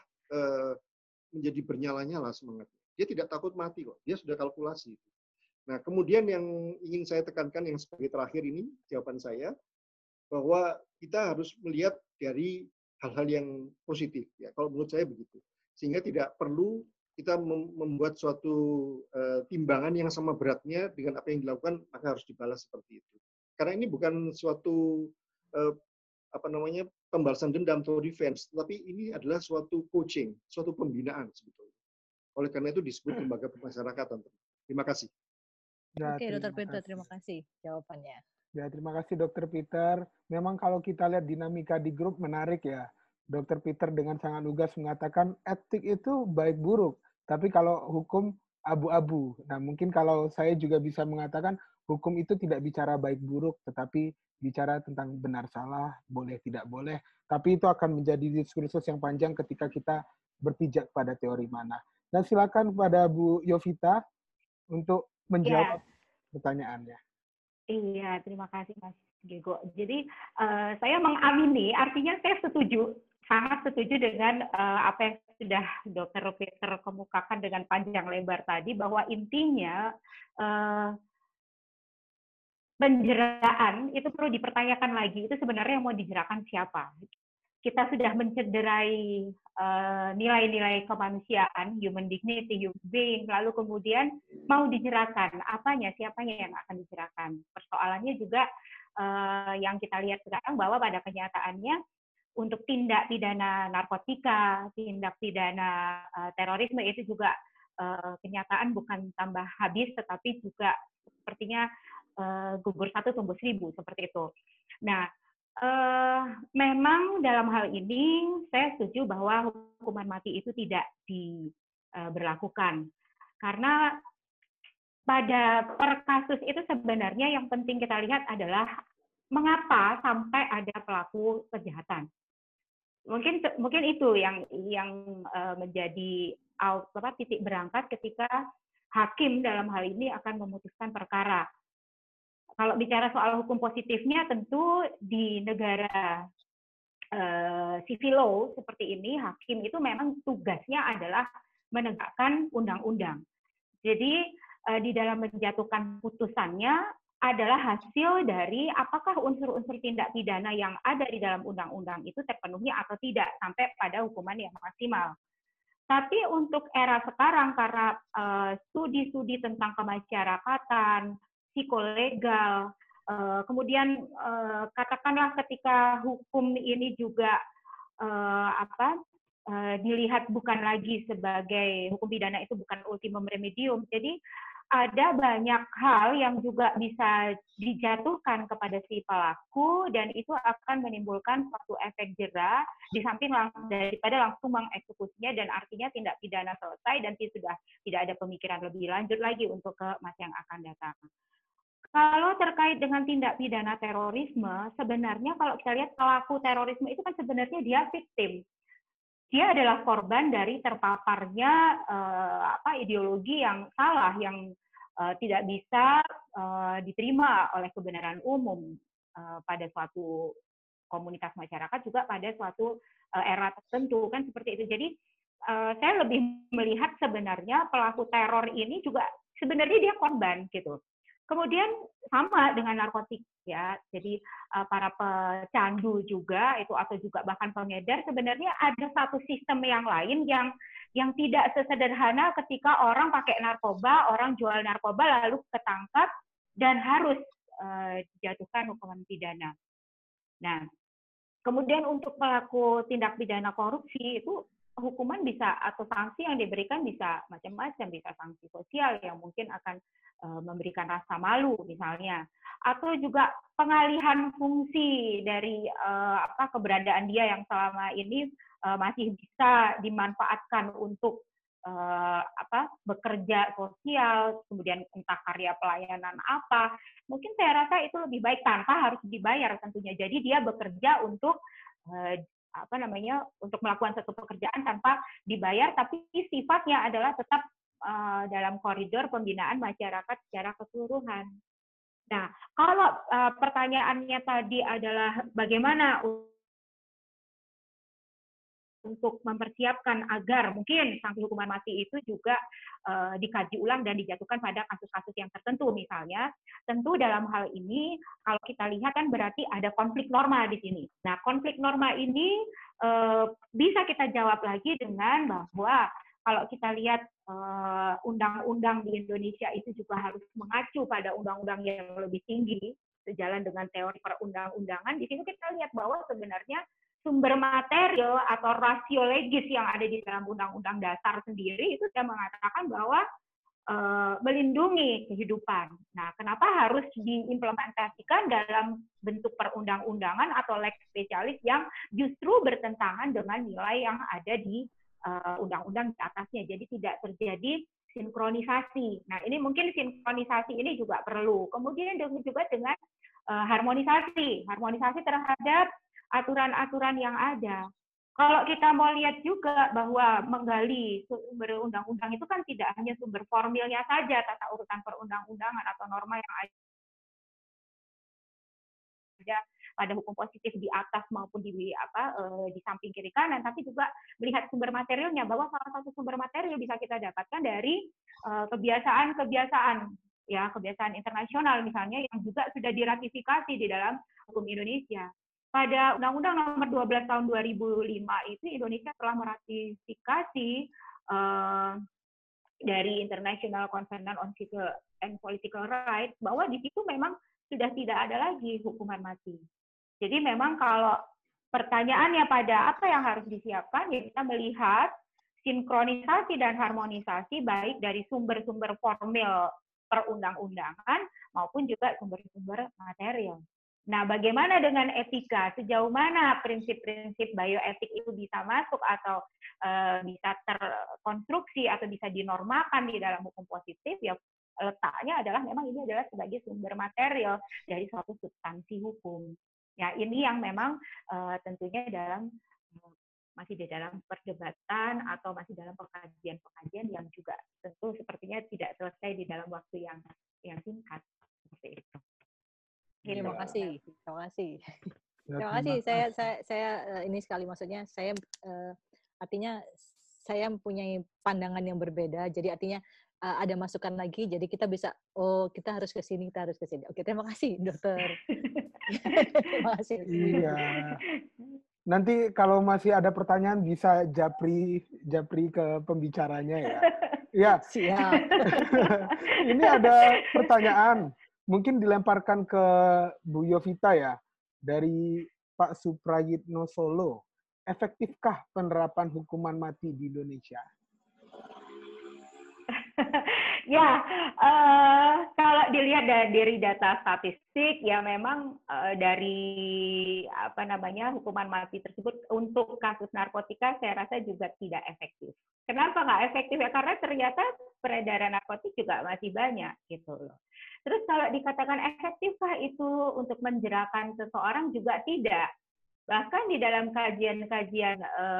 menjadi bernyala-nyala semangatnya. Dia tidak takut mati kok, dia sudah kalkulasi. Nah, kemudian yang ingin saya tekankan yang sebagai terakhir ini, jawaban saya, bahwa kita harus melihat dari hal-hal yang positif. Ya, kalau menurut saya begitu. Sehingga tidak perlu kita membuat suatu timbangan yang sama beratnya dengan apa yang dilakukan, maka harus dibalas seperti itu. Karena ini bukan suatu pembalasan dendam atau revenge, tetapi ini adalah suatu coaching, suatu pembinaan sebetulnya. Oleh karena itu disebut lembaga pemasyarakatan. Terima kasih. Ya, Oke, Dr. Peter, terima kasih jawabannya. Ya, terima kasih Dr. Peter. Memang kalau kita lihat dinamika di grup menarik ya. Dr. Peter dengan sangat lugas mengatakan etik itu baik buruk, tapi kalau hukum abu-abu. Nah, mungkin kalau saya juga bisa mengatakan hukum itu tidak bicara baik buruk, tetapi bicara tentang benar salah, boleh tidak boleh. Tapi itu akan menjadi diskursus yang panjang ketika kita berpijak pada teori mana. Dan silakan kepada Bu Yovita untuk menjawab pertanyaannya. Iya, terima kasih Mas Gego. Jadi saya mengamini, artinya saya setuju, sangat setuju dengan apa yang sudah Dr. Peter kemukakan dengan panjang lebar tadi, bahwa intinya penjeraan itu perlu dipertanyakan lagi, itu sebenarnya yang mau dijerahkan siapa. Kita sudah mencederai nilai-nilai kemanusiaan, human dignity, human being, lalu kemudian mau dijerahkan, apanya, siapanya yang akan dijerahkan. Persoalannya juga yang kita lihat sekarang bahwa pada kenyataannya untuk tindak pidana narkotika, tindak pidana terorisme itu juga kenyataan bukan tambah habis, tetapi juga sepertinya gugur 1 tumbuh 1000 seperti itu. Nah, memang dalam hal ini saya setuju bahwa hukuman mati itu tidak diberlakukan. Karena pada per kasus itu sebenarnya yang penting kita lihat adalah mengapa sampai ada pelaku kejahatan. Mungkin itu yang menjadi titik berangkat ketika hakim dalam hal ini akan memutuskan perkara. Kalau bicara soal hukum positifnya, tentu di negara civil law seperti ini, hakim itu memang tugasnya adalah menegakkan undang-undang. Jadi di dalam menjatuhkan putusannya adalah hasil dari apakah unsur-unsur tindak pidana yang ada di dalam undang-undang itu terpenuhi atau tidak sampai pada hukuman yang maksimal. Tapi untuk era sekarang karena studi-studi tentang kemasyarakatan, psikolegal, kemudian katakanlah ketika hukum ini juga dilihat bukan lagi sebagai hukum pidana itu bukan ultimum remedium, jadi ada banyak hal yang juga bisa dijatuhkan kepada si pelaku dan itu akan menimbulkan suatu efek jera di samping daripada langsung mengeksekusinya dan artinya tindak pidana selesai dan sudah tidak ada pemikiran lebih lanjut lagi untuk ke masa yang akan datang. Kalau terkait dengan tindak pidana terorisme, sebenarnya kalau kita lihat pelaku terorisme itu kan sebenarnya dia victim. Dia adalah korban dari terpaparnya ideologi yang salah, yang tidak bisa diterima oleh kebenaran umum pada suatu komunitas masyarakat, juga pada suatu era tertentu, kan seperti itu. Jadi saya lebih melihat sebenarnya pelaku teror ini juga sebenarnya dia korban gitu. Kemudian sama dengan narkotik ya, jadi para pecandu juga itu atau juga bahkan pengedar sebenarnya ada satu sistem yang lain yang tidak sesederhana ketika orang pakai narkoba, orang jual narkoba lalu ketangkap dan harus dijatuhkan hukuman pidana. Nah, kemudian untuk pelaku tindak pidana korupsi itu hukuman bisa atau sanksi yang diberikan bisa macam-macam, bisa sanksi sosial yang mungkin akan memberikan rasa malu misalnya, atau juga pengalihan fungsi dari keberadaan dia yang selama ini masih bisa dimanfaatkan untuk bekerja sosial, kemudian entah karya pelayanan apa, mungkin saya rasa itu lebih baik tanpa harus dibayar tentunya. Jadi dia bekerja untuk untuk melakukan satu pekerjaan tanpa dibayar, tapi sifatnya adalah tetap dalam koridor pembinaan masyarakat secara keseluruhan. Nah, kalau pertanyaannya tadi adalah bagaimana untuk mempersiapkan agar mungkin sanksi hukuman mati itu juga dikaji ulang dan dijatuhkan pada kasus-kasus yang tertentu misalnya, tentu dalam hal ini kalau kita lihat kan berarti ada konflik norma di sini. Nah, konflik norma ini bisa kita jawab lagi dengan bahwa kalau kita lihat undang-undang di Indonesia itu juga harus mengacu pada undang-undang yang lebih tinggi sejalan dengan teori perundang-undangan. Di sini kita lihat bahwa sebenarnya sumber material atau rasio legis yang ada di dalam Undang-Undang Dasar sendiri itu sudah mengatakan bahwa melindungi kehidupan. Nah, kenapa harus diimplementasikan dalam bentuk perundang-undangan atau lex specialis yang justru bertentangan dengan nilai yang ada di undang-undang di atasnya. Jadi tidak terjadi sinkronisasi. Nah, ini mungkin sinkronisasi ini juga perlu. Kemudian juga dengan harmonisasi terhadap aturan-aturan yang ada. Kalau kita mau lihat juga bahwa menggali sumber undang-undang itu kan tidak hanya sumber formilnya saja, tata urutan perundang-undangan atau norma yang ada pada hukum positif di atas maupun di samping kiri kanan, tapi juga melihat sumber materialnya, bahwa salah satu sumber material bisa kita dapatkan dari kebiasaan internasional misalnya yang juga sudah diratifikasi di dalam hukum Indonesia. Pada Undang-Undang Nomor 12 Tahun 2005 itu Indonesia telah meratifikasi dari International Covenant on Civil and Political Rights bahwa di situ memang sudah tidak ada lagi hukuman mati. Jadi memang kalau pertanyaannya pada apa yang harus disiapkan, ya kita melihat sinkronisasi dan harmonisasi baik dari sumber-sumber formil perundang-undangan maupun juga sumber-sumber material. Nah, bagaimana dengan etika? Sejauh mana prinsip-prinsip bioetik itu bisa masuk atau bisa terkonstruksi atau bisa dinormalkan di dalam hukum positif, ya letaknya adalah memang ini adalah sebagai sumber material dari suatu substansi hukum. Ya, ini yang memang tentunya masih di dalam perdebatan atau masih dalam pengkajian-pengkajian yang juga tentu sepertinya tidak selesai di dalam waktu yang singkat seperti itu. Terima kasih. Terima kasih. Ya, Terima kasih. Saya ini sekali, maksudnya saya artinya saya mempunyai pandangan yang berbeda. Jadi artinya ada masukan lagi. Jadi kita bisa kita harus ke sini, kita harus ke sini. Oke, terima kasih, Dokter. Terima kasih. Iya. Nanti kalau masih ada pertanyaan bisa japri ke pembicaranya ya. Ya. Siap. Ini ada pertanyaan. Mungkin dilemparkan ke Bu Yovita ya. Dari Pak Suprayitno Solo. Efektifkah penerapan hukuman mati di Indonesia? Ya, kalau dilihat dari data statistik, ya memang dari hukuman mati tersebut untuk kasus narkotika saya rasa juga tidak efektif. Kenapa nggak efektif ya? Karena ternyata peredaran narkotik juga masih banyak gitu loh. Terus kalau dikatakan efektifkah itu untuk menjerakan seseorang juga tidak. Bahkan di dalam kajian-kajian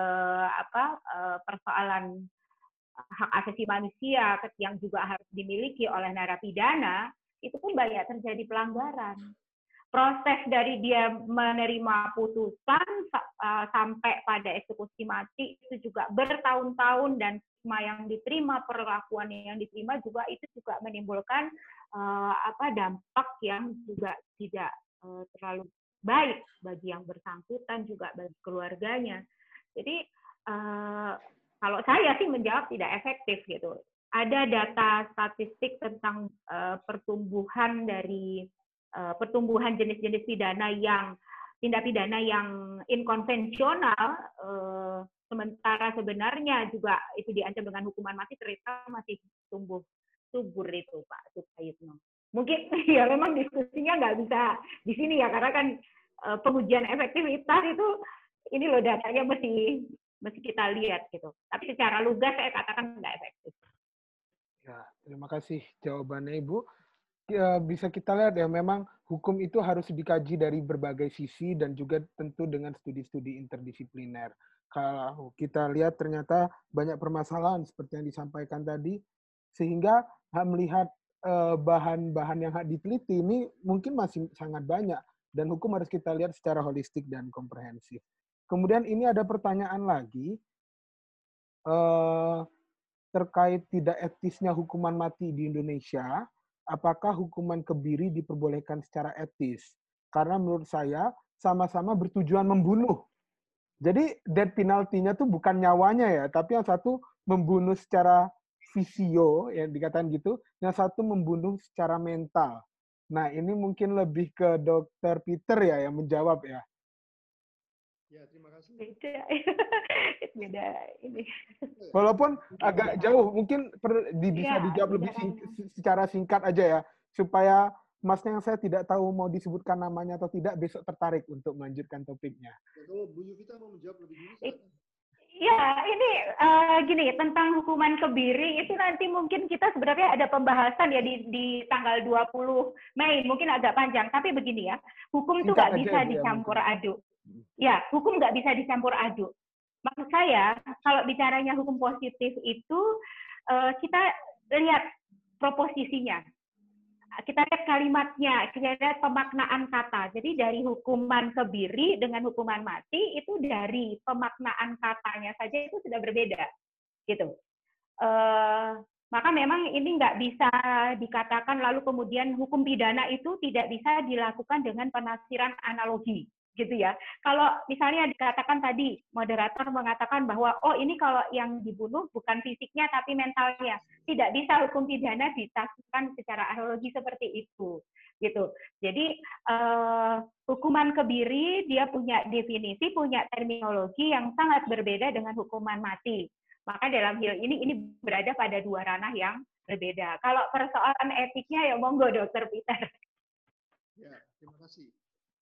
persoalan hak asasi manusia yang juga harus dimiliki oleh narapidana, itu pun banyak terjadi pelanggaran. Proses dari dia menerima putusan sampai pada eksekusi mati itu juga bertahun-tahun, dan stigma yang diterima, perlakuan yang diterima juga itu juga menimbulkan dampak yang juga tidak terlalu baik bagi yang bersangkutan, juga bagi keluarganya. Jadi kalau saya sih menjawab tidak efektif gitu. Ada data statistik tentang pertumbuhan jenis-jenis tindak pidana yang inkonvensional, sementara sebenarnya juga itu diancam dengan hukuman mati, ternyata masih tumbuh subur itu Pak Suprayitno. Mungkin ya memang diskusinya nggak bisa di sini ya, karena kan pengujian efektivitas itu ini loh datanya mesti kita lihat gitu. Tapi secara lugas saya katakan nggak efektif. Ya, terima kasih jawabannya Ibu. Bisa kita lihat ya, memang hukum itu harus dikaji dari berbagai sisi dan juga tentu dengan studi-studi interdisipliner. Kalau kita lihat ternyata banyak permasalahan seperti yang disampaikan tadi, sehingga melihat bahan-bahan yang diteliti ini mungkin masih sangat banyak, dan hukum harus kita lihat secara holistik dan komprehensif. Kemudian ini ada pertanyaan lagi terkait tidak etisnya hukuman mati di Indonesia. Apakah hukuman kebiri diperbolehkan secara etis? Karena menurut saya sama-sama bertujuan membunuh. Jadi death penalty-nya tuh bukan nyawanya ya, tapi yang satu membunuh secara fisio, yang dikatakan gitu, yang satu membunuh secara mental. Nah, ini mungkin lebih ke Dr. Peter ya yang menjawab ya. Ya, terima kasih. Beda ini. Walaupun agak jauh, mungkin bisa dijawab lebih secara singkat aja ya, supaya Masnya yang saya tidak tahu mau disebutkan namanya atau tidak, besok tertarik untuk melanjutkan topiknya. Kalau Bu Yovita mau menjawab lebih dulu, silakan. Ya, ini gini, tentang hukuman kebiri itu nanti mungkin kita sebenarnya ada pembahasan ya di tanggal 20 Mei, mungkin agak panjang, tapi begini ya, hukum itu nggak bisa dicampur aduk. Ya, hukum nggak bisa dicampur aduk. Maksud saya, kalau bicaranya hukum positif itu, kita lihat proposisinya. Kita lihat kalimatnya, kita lihat pemaknaan kata. Jadi dari hukuman kebiri dengan hukuman mati, itu dari pemaknaan katanya saja itu sudah berbeda. Gitu. Maka memang ini nggak bisa dikatakan lalu kemudian hukum pidana itu tidak bisa dilakukan dengan penafsiran analogi. Gitu ya. Kalau misalnya dikatakan tadi, moderator mengatakan bahwa oh ini kalau yang dibunuh bukan fisiknya tapi mentalnya, tidak bisa hukum pidana ditafsirkan secara analogi seperti itu, gitu. Jadi hukuman kebiri dia punya definisi, punya terminologi yang sangat berbeda dengan hukuman mati. Maka dalam hal ini berada pada dua ranah yang berbeda. Kalau persoalan etiknya ya monggo Dr. Peter. Ya, terima kasih.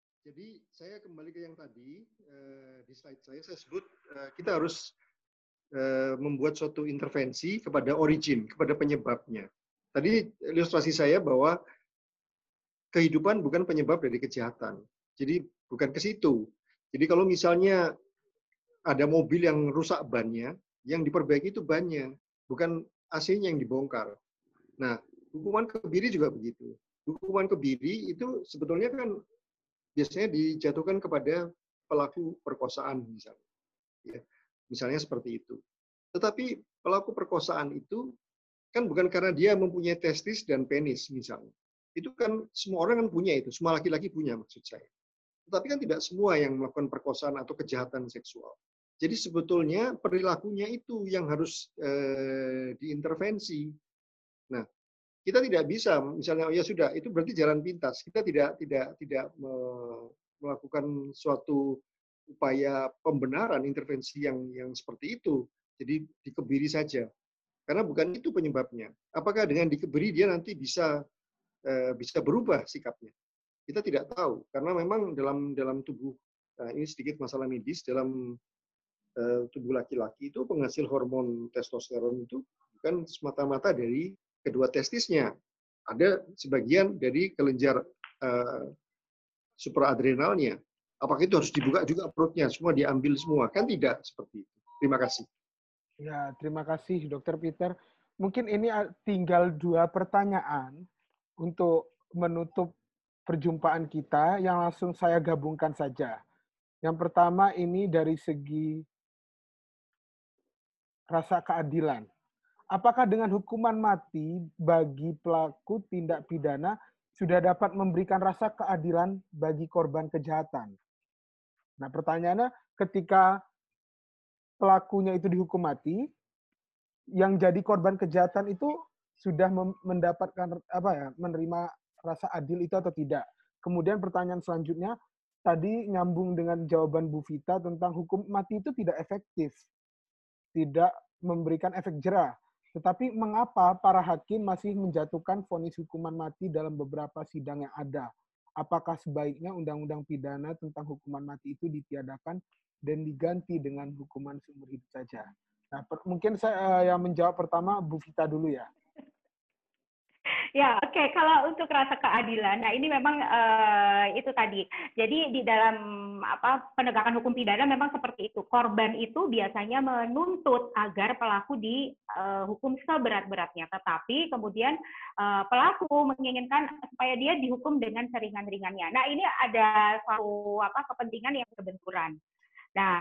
Jadi saya kembali ke yang tadi, di slide saya sebut kita harus membuat suatu intervensi kepada origin, kepada penyebabnya. Tadi ilustrasi saya bahwa kehidupan bukan penyebab dari kejahatan. Jadi bukan ke situ. Jadi kalau misalnya ada mobil yang rusak bannya, yang diperbaiki itu bannya, bukan AC-nya yang dibongkar. Nah, hukuman kebiri juga begitu. Hukuman kebiri itu sebetulnya kan biasanya dijatuhkan kepada pelaku perkosaan misalnya. Ya, misalnya seperti itu. Tetapi pelaku perkosaan itu kan bukan karena dia mempunyai testis dan penis misalnya. Itu kan semua orang kan punya itu, semua laki-laki punya maksud saya. Tetapi kan tidak semua yang melakukan perkosaan atau kejahatan seksual. Jadi sebetulnya perilakunya itu yang harus diintervensi. Nah, kita tidak bisa misalnya ya sudah itu berarti jalan pintas. Kita tidak melakukan suatu upaya pembenaran intervensi yang seperti itu. Jadi dikebiri saja. Karena bukan itu penyebabnya. Apakah dengan dikebiri dia nanti bisa berubah sikapnya? Kita tidak tahu karena memang dalam tubuh ini sedikit masalah medis dalam tubuh laki-laki itu penghasil hormon testosteron itu bukan semata-mata dari kedua testisnya. Ada sebagian dari kelenjar supraadrenalnya. Apakah itu harus dibuka juga perutnya? Semua diambil semua? Kan tidak seperti itu. Terima kasih. Ya, terima kasih Dr. Peter. Mungkin ini tinggal 2 pertanyaan untuk menutup perjumpaan kita yang langsung saya gabungkan saja. Yang pertama ini dari segi rasa keadilan. Apakah dengan hukuman mati bagi pelaku tindak pidana sudah dapat memberikan rasa keadilan bagi korban kejahatan? Nah, pertanyaannya ketika pelakunya itu dihukum mati, yang jadi korban kejahatan itu sudah mendapatkan menerima rasa adil itu atau tidak. Kemudian pertanyaan selanjutnya, tadi nyambung dengan jawaban Bu Vita tentang hukum mati itu tidak efektif, tidak memberikan efek jera. Tetapi mengapa para hakim masih menjatuhkan vonis hukuman mati dalam beberapa sidang yang ada? Apakah sebaiknya undang-undang pidana tentang hukuman mati itu ditiadakan dan diganti dengan hukuman seumur hidup saja? Nah, mungkin saya yang menjawab pertama Bu Vita dulu ya. Ya, oke. Kalau untuk rasa keadilan, nah ini memang itu tadi. Jadi di dalam penegakan hukum pidana memang seperti itu. Korban itu biasanya menuntut agar pelaku dihukum seberat-beratnya. Tetapi kemudian pelaku menginginkan supaya dia dihukum dengan seringan-ringannya. Nah, ini ada suatu kepentingan yang berbenturan. Nah,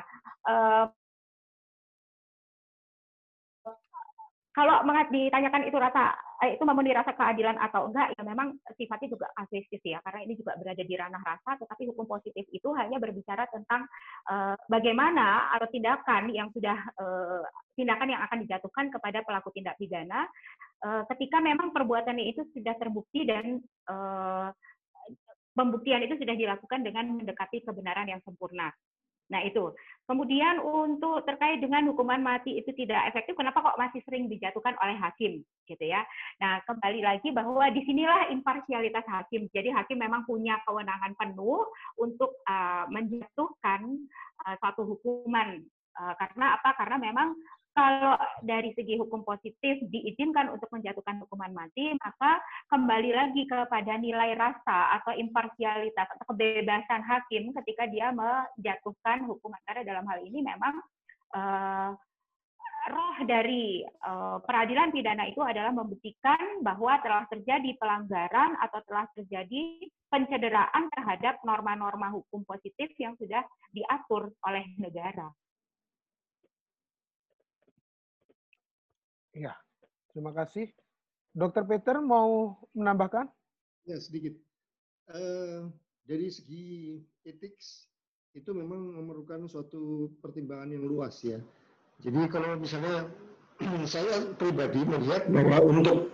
kalau ditanyakan itu memenuhi rasa keadilan atau enggak, ya memang sifatnya juga kasuistis ya, karena ini juga berada di ranah rasa, tetapi hukum positif itu hanya berbicara tentang bagaimana atau tindakan yang akan dijatuhkan kepada pelaku tindak pidana ketika memang perbuatannya itu sudah terbukti dan pembuktian itu sudah dilakukan dengan mendekati kebenaran yang sempurna. Nah itu. Kemudian untuk terkait dengan hukuman mati itu tidak efektif, kenapa kok masih sering dijatuhkan oleh hakim, gitu ya? Nah kembali lagi bahwa disinilah imparsialitas hakim. Jadi hakim memang punya kewenangan penuh untuk menjatuhkan suatu hukuman. Karena apa? Karena memang kalau dari segi hukum positif diizinkan untuk menjatuhkan hukuman mati, maka kembali lagi kepada nilai rasa atau imparsialitas atau kebebasan hakim ketika dia menjatuhkan hukuman. Karena dalam hal ini memang roh dari peradilan pidana itu adalah membuktikan bahwa telah terjadi pelanggaran atau telah terjadi pencederaan terhadap norma-norma hukum positif yang sudah diatur oleh negara. Ya, terima kasih. Dr. Peter mau menambahkan? Ya, sedikit. Dari segi etik, itu memang memerlukan suatu pertimbangan yang luas ya. Jadi kalau misalnya saya pribadi melihat bahwa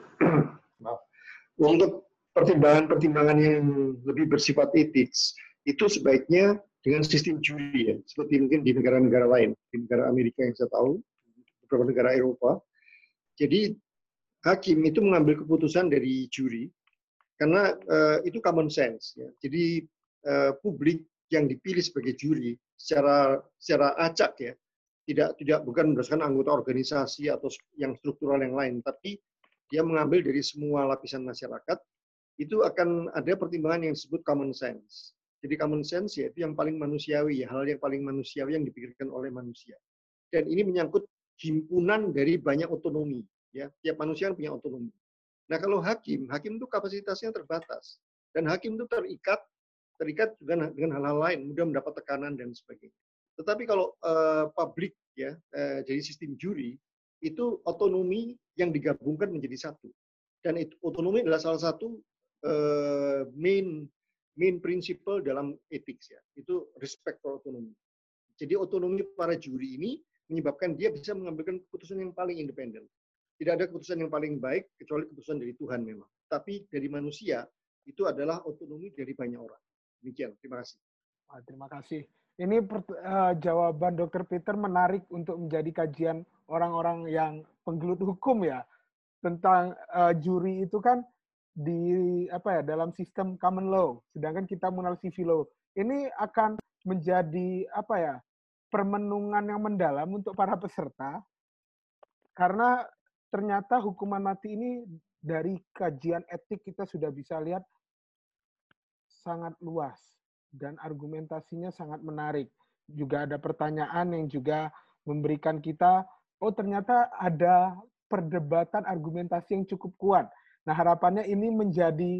untuk pertimbangan-pertimbangan yang lebih bersifat etik, itu sebaiknya dengan sistem juri ya, seperti mungkin di negara-negara lain, di negara Amerika yang saya tahu, beberapa negara Eropa. Jadi hakim itu mengambil keputusan dari juri karena itu common sense. Ya. Jadi publik yang dipilih sebagai juri secara acak ya, bukan berdasarkan anggota organisasi atau yang struktural yang lain, tapi dia mengambil dari semua lapisan masyarakat. Itu akan ada pertimbangan yang disebut common sense. Jadi common sense yaitu yang paling manusiawi, hal yang paling manusiawi yang dipikirkan oleh manusia. Dan ini menyangkut himpunan dari banyak otonomi. Ya, tiap manusia punya otonomi. Nah, kalau hakim itu kapasitasnya terbatas. Dan hakim itu terikat juga dengan hal-hal lain, mudah mendapat tekanan dan sebagainya. Tetapi kalau publik, ya, jadi sistem juri, itu otonomi yang digabungkan menjadi satu. Dan itu, otonomi adalah salah satu main principle dalam etik, ya. Itu respect for autonomy. Jadi otonomi para juri ini menyebabkan dia bisa mengambilkan keputusan yang paling independen. Tidak ada keputusan yang paling baik kecuali keputusan dari Tuhan memang. Tapi dari manusia itu adalah otonomi dari banyak orang. Demikian. Terima kasih. Terima kasih. Ini jawaban Dr. Peter menarik untuk menjadi kajian orang-orang yang penggelut hukum ya, tentang juri itu kan di dalam sistem common law, sedangkan kita mengenal civil law. Ini akan menjadi permenungan yang mendalam untuk para peserta, karena ternyata hukuman mati ini dari kajian etik kita sudah bisa lihat sangat luas dan argumentasinya sangat menarik. Juga ada pertanyaan yang juga memberikan kita, oh ternyata ada perdebatan argumentasi yang cukup kuat. Nah, harapannya ini menjadi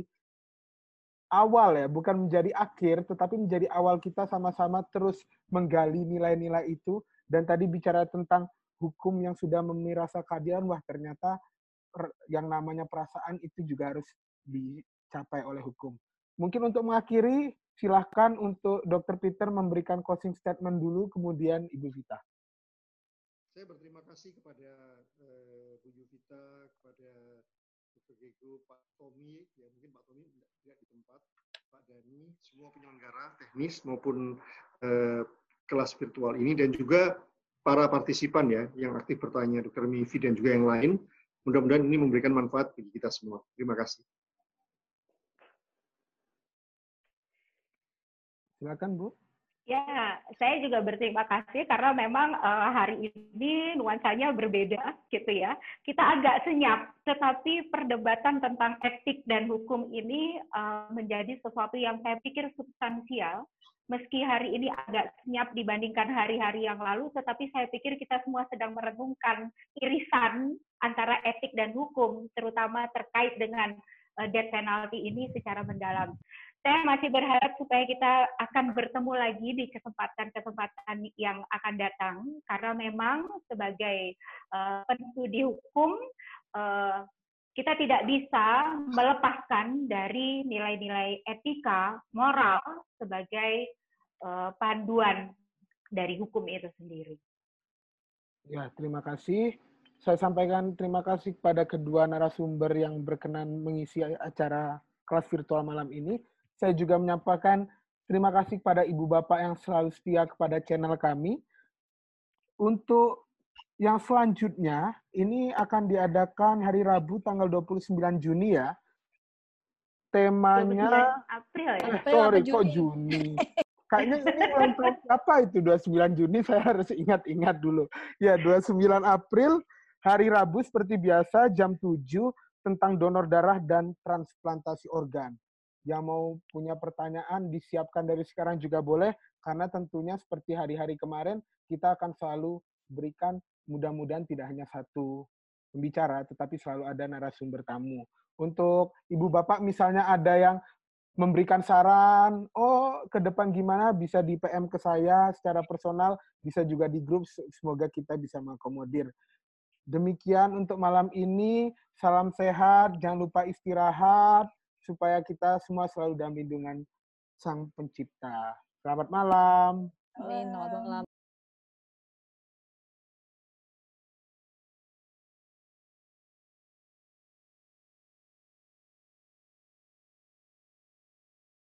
awal ya, bukan menjadi akhir, tetapi menjadi awal kita sama-sama terus menggali nilai-nilai itu. Dan tadi bicara tentang hukum yang sudah memberi rasa keadilan, wah ternyata yang namanya perasaan itu juga harus dicapai oleh hukum. Mungkin untuk mengakhiri, silahkan untuk Dr. Peter memberikan closing statement dulu, kemudian Ibu Vita. Saya berterima kasih kepada Bu Yuvita, kepada Dr. Gego, Pak Tommy, ya mungkin Pak Tommy tidak di tempat, Pak Dani, semua penyelenggara teknis maupun kelas virtual ini, dan juga para partisipan ya yang aktif bertanya, Dr. Mivi dan juga yang lain. Mudah-mudahan ini memberikan manfaat bagi kita semua. Terima kasih. Silakan, Bu. Ya, saya juga berterima kasih karena memang hari ini nuansanya berbeda gitu ya. Kita agak senyap, tetapi perdebatan tentang etik dan hukum ini menjadi sesuatu yang saya pikir substansial. Meski hari ini agak senyap dibandingkan hari-hari yang lalu, tetapi saya pikir kita semua sedang merenungkan irisan antara etik dan hukum, terutama terkait dengan death penalty ini secara mendalam. Saya masih berharap supaya kita akan bertemu lagi di kesempatan-kesempatan yang akan datang, karena memang sebagai penstudi hukum, kita tidak bisa melepaskan dari nilai-nilai etika, moral sebagai panduan dari hukum itu sendiri. Ya, terima kasih. Saya sampaikan terima kasih kepada kedua narasumber yang berkenan mengisi acara kelas virtual malam ini. Saya juga menyampaikan terima kasih kepada Ibu Bapak yang selalu setia kepada channel kami. Untuk yang selanjutnya, ini akan diadakan hari Rabu tanggal 29 Juni ya. Temanya... 29 April ya? Sorry, kok Juni? Kayaknya ini ulang tahun apa itu 29 Juni, saya harus ingat-ingat dulu. Ya, 29 April, hari Rabu seperti biasa, jam 7, tentang donor darah dan transplantasi organ. Yang mau punya pertanyaan, disiapkan dari sekarang juga boleh, karena tentunya seperti hari-hari kemarin, kita akan selalu berikan, mudah-mudahan tidak hanya satu pembicara, tetapi selalu ada narasumber tamu. Untuk Ibu Bapak misalnya ada yang memberikan saran, oh ke depan gimana, bisa di PM ke saya secara personal, bisa juga di grup, semoga kita bisa mengakomodir. Demikian untuk malam ini, salam sehat, jangan lupa istirahat, supaya kita semua selalu dalam lindungan Sang Pencipta. Selamat malam. Amin. Selamat malam.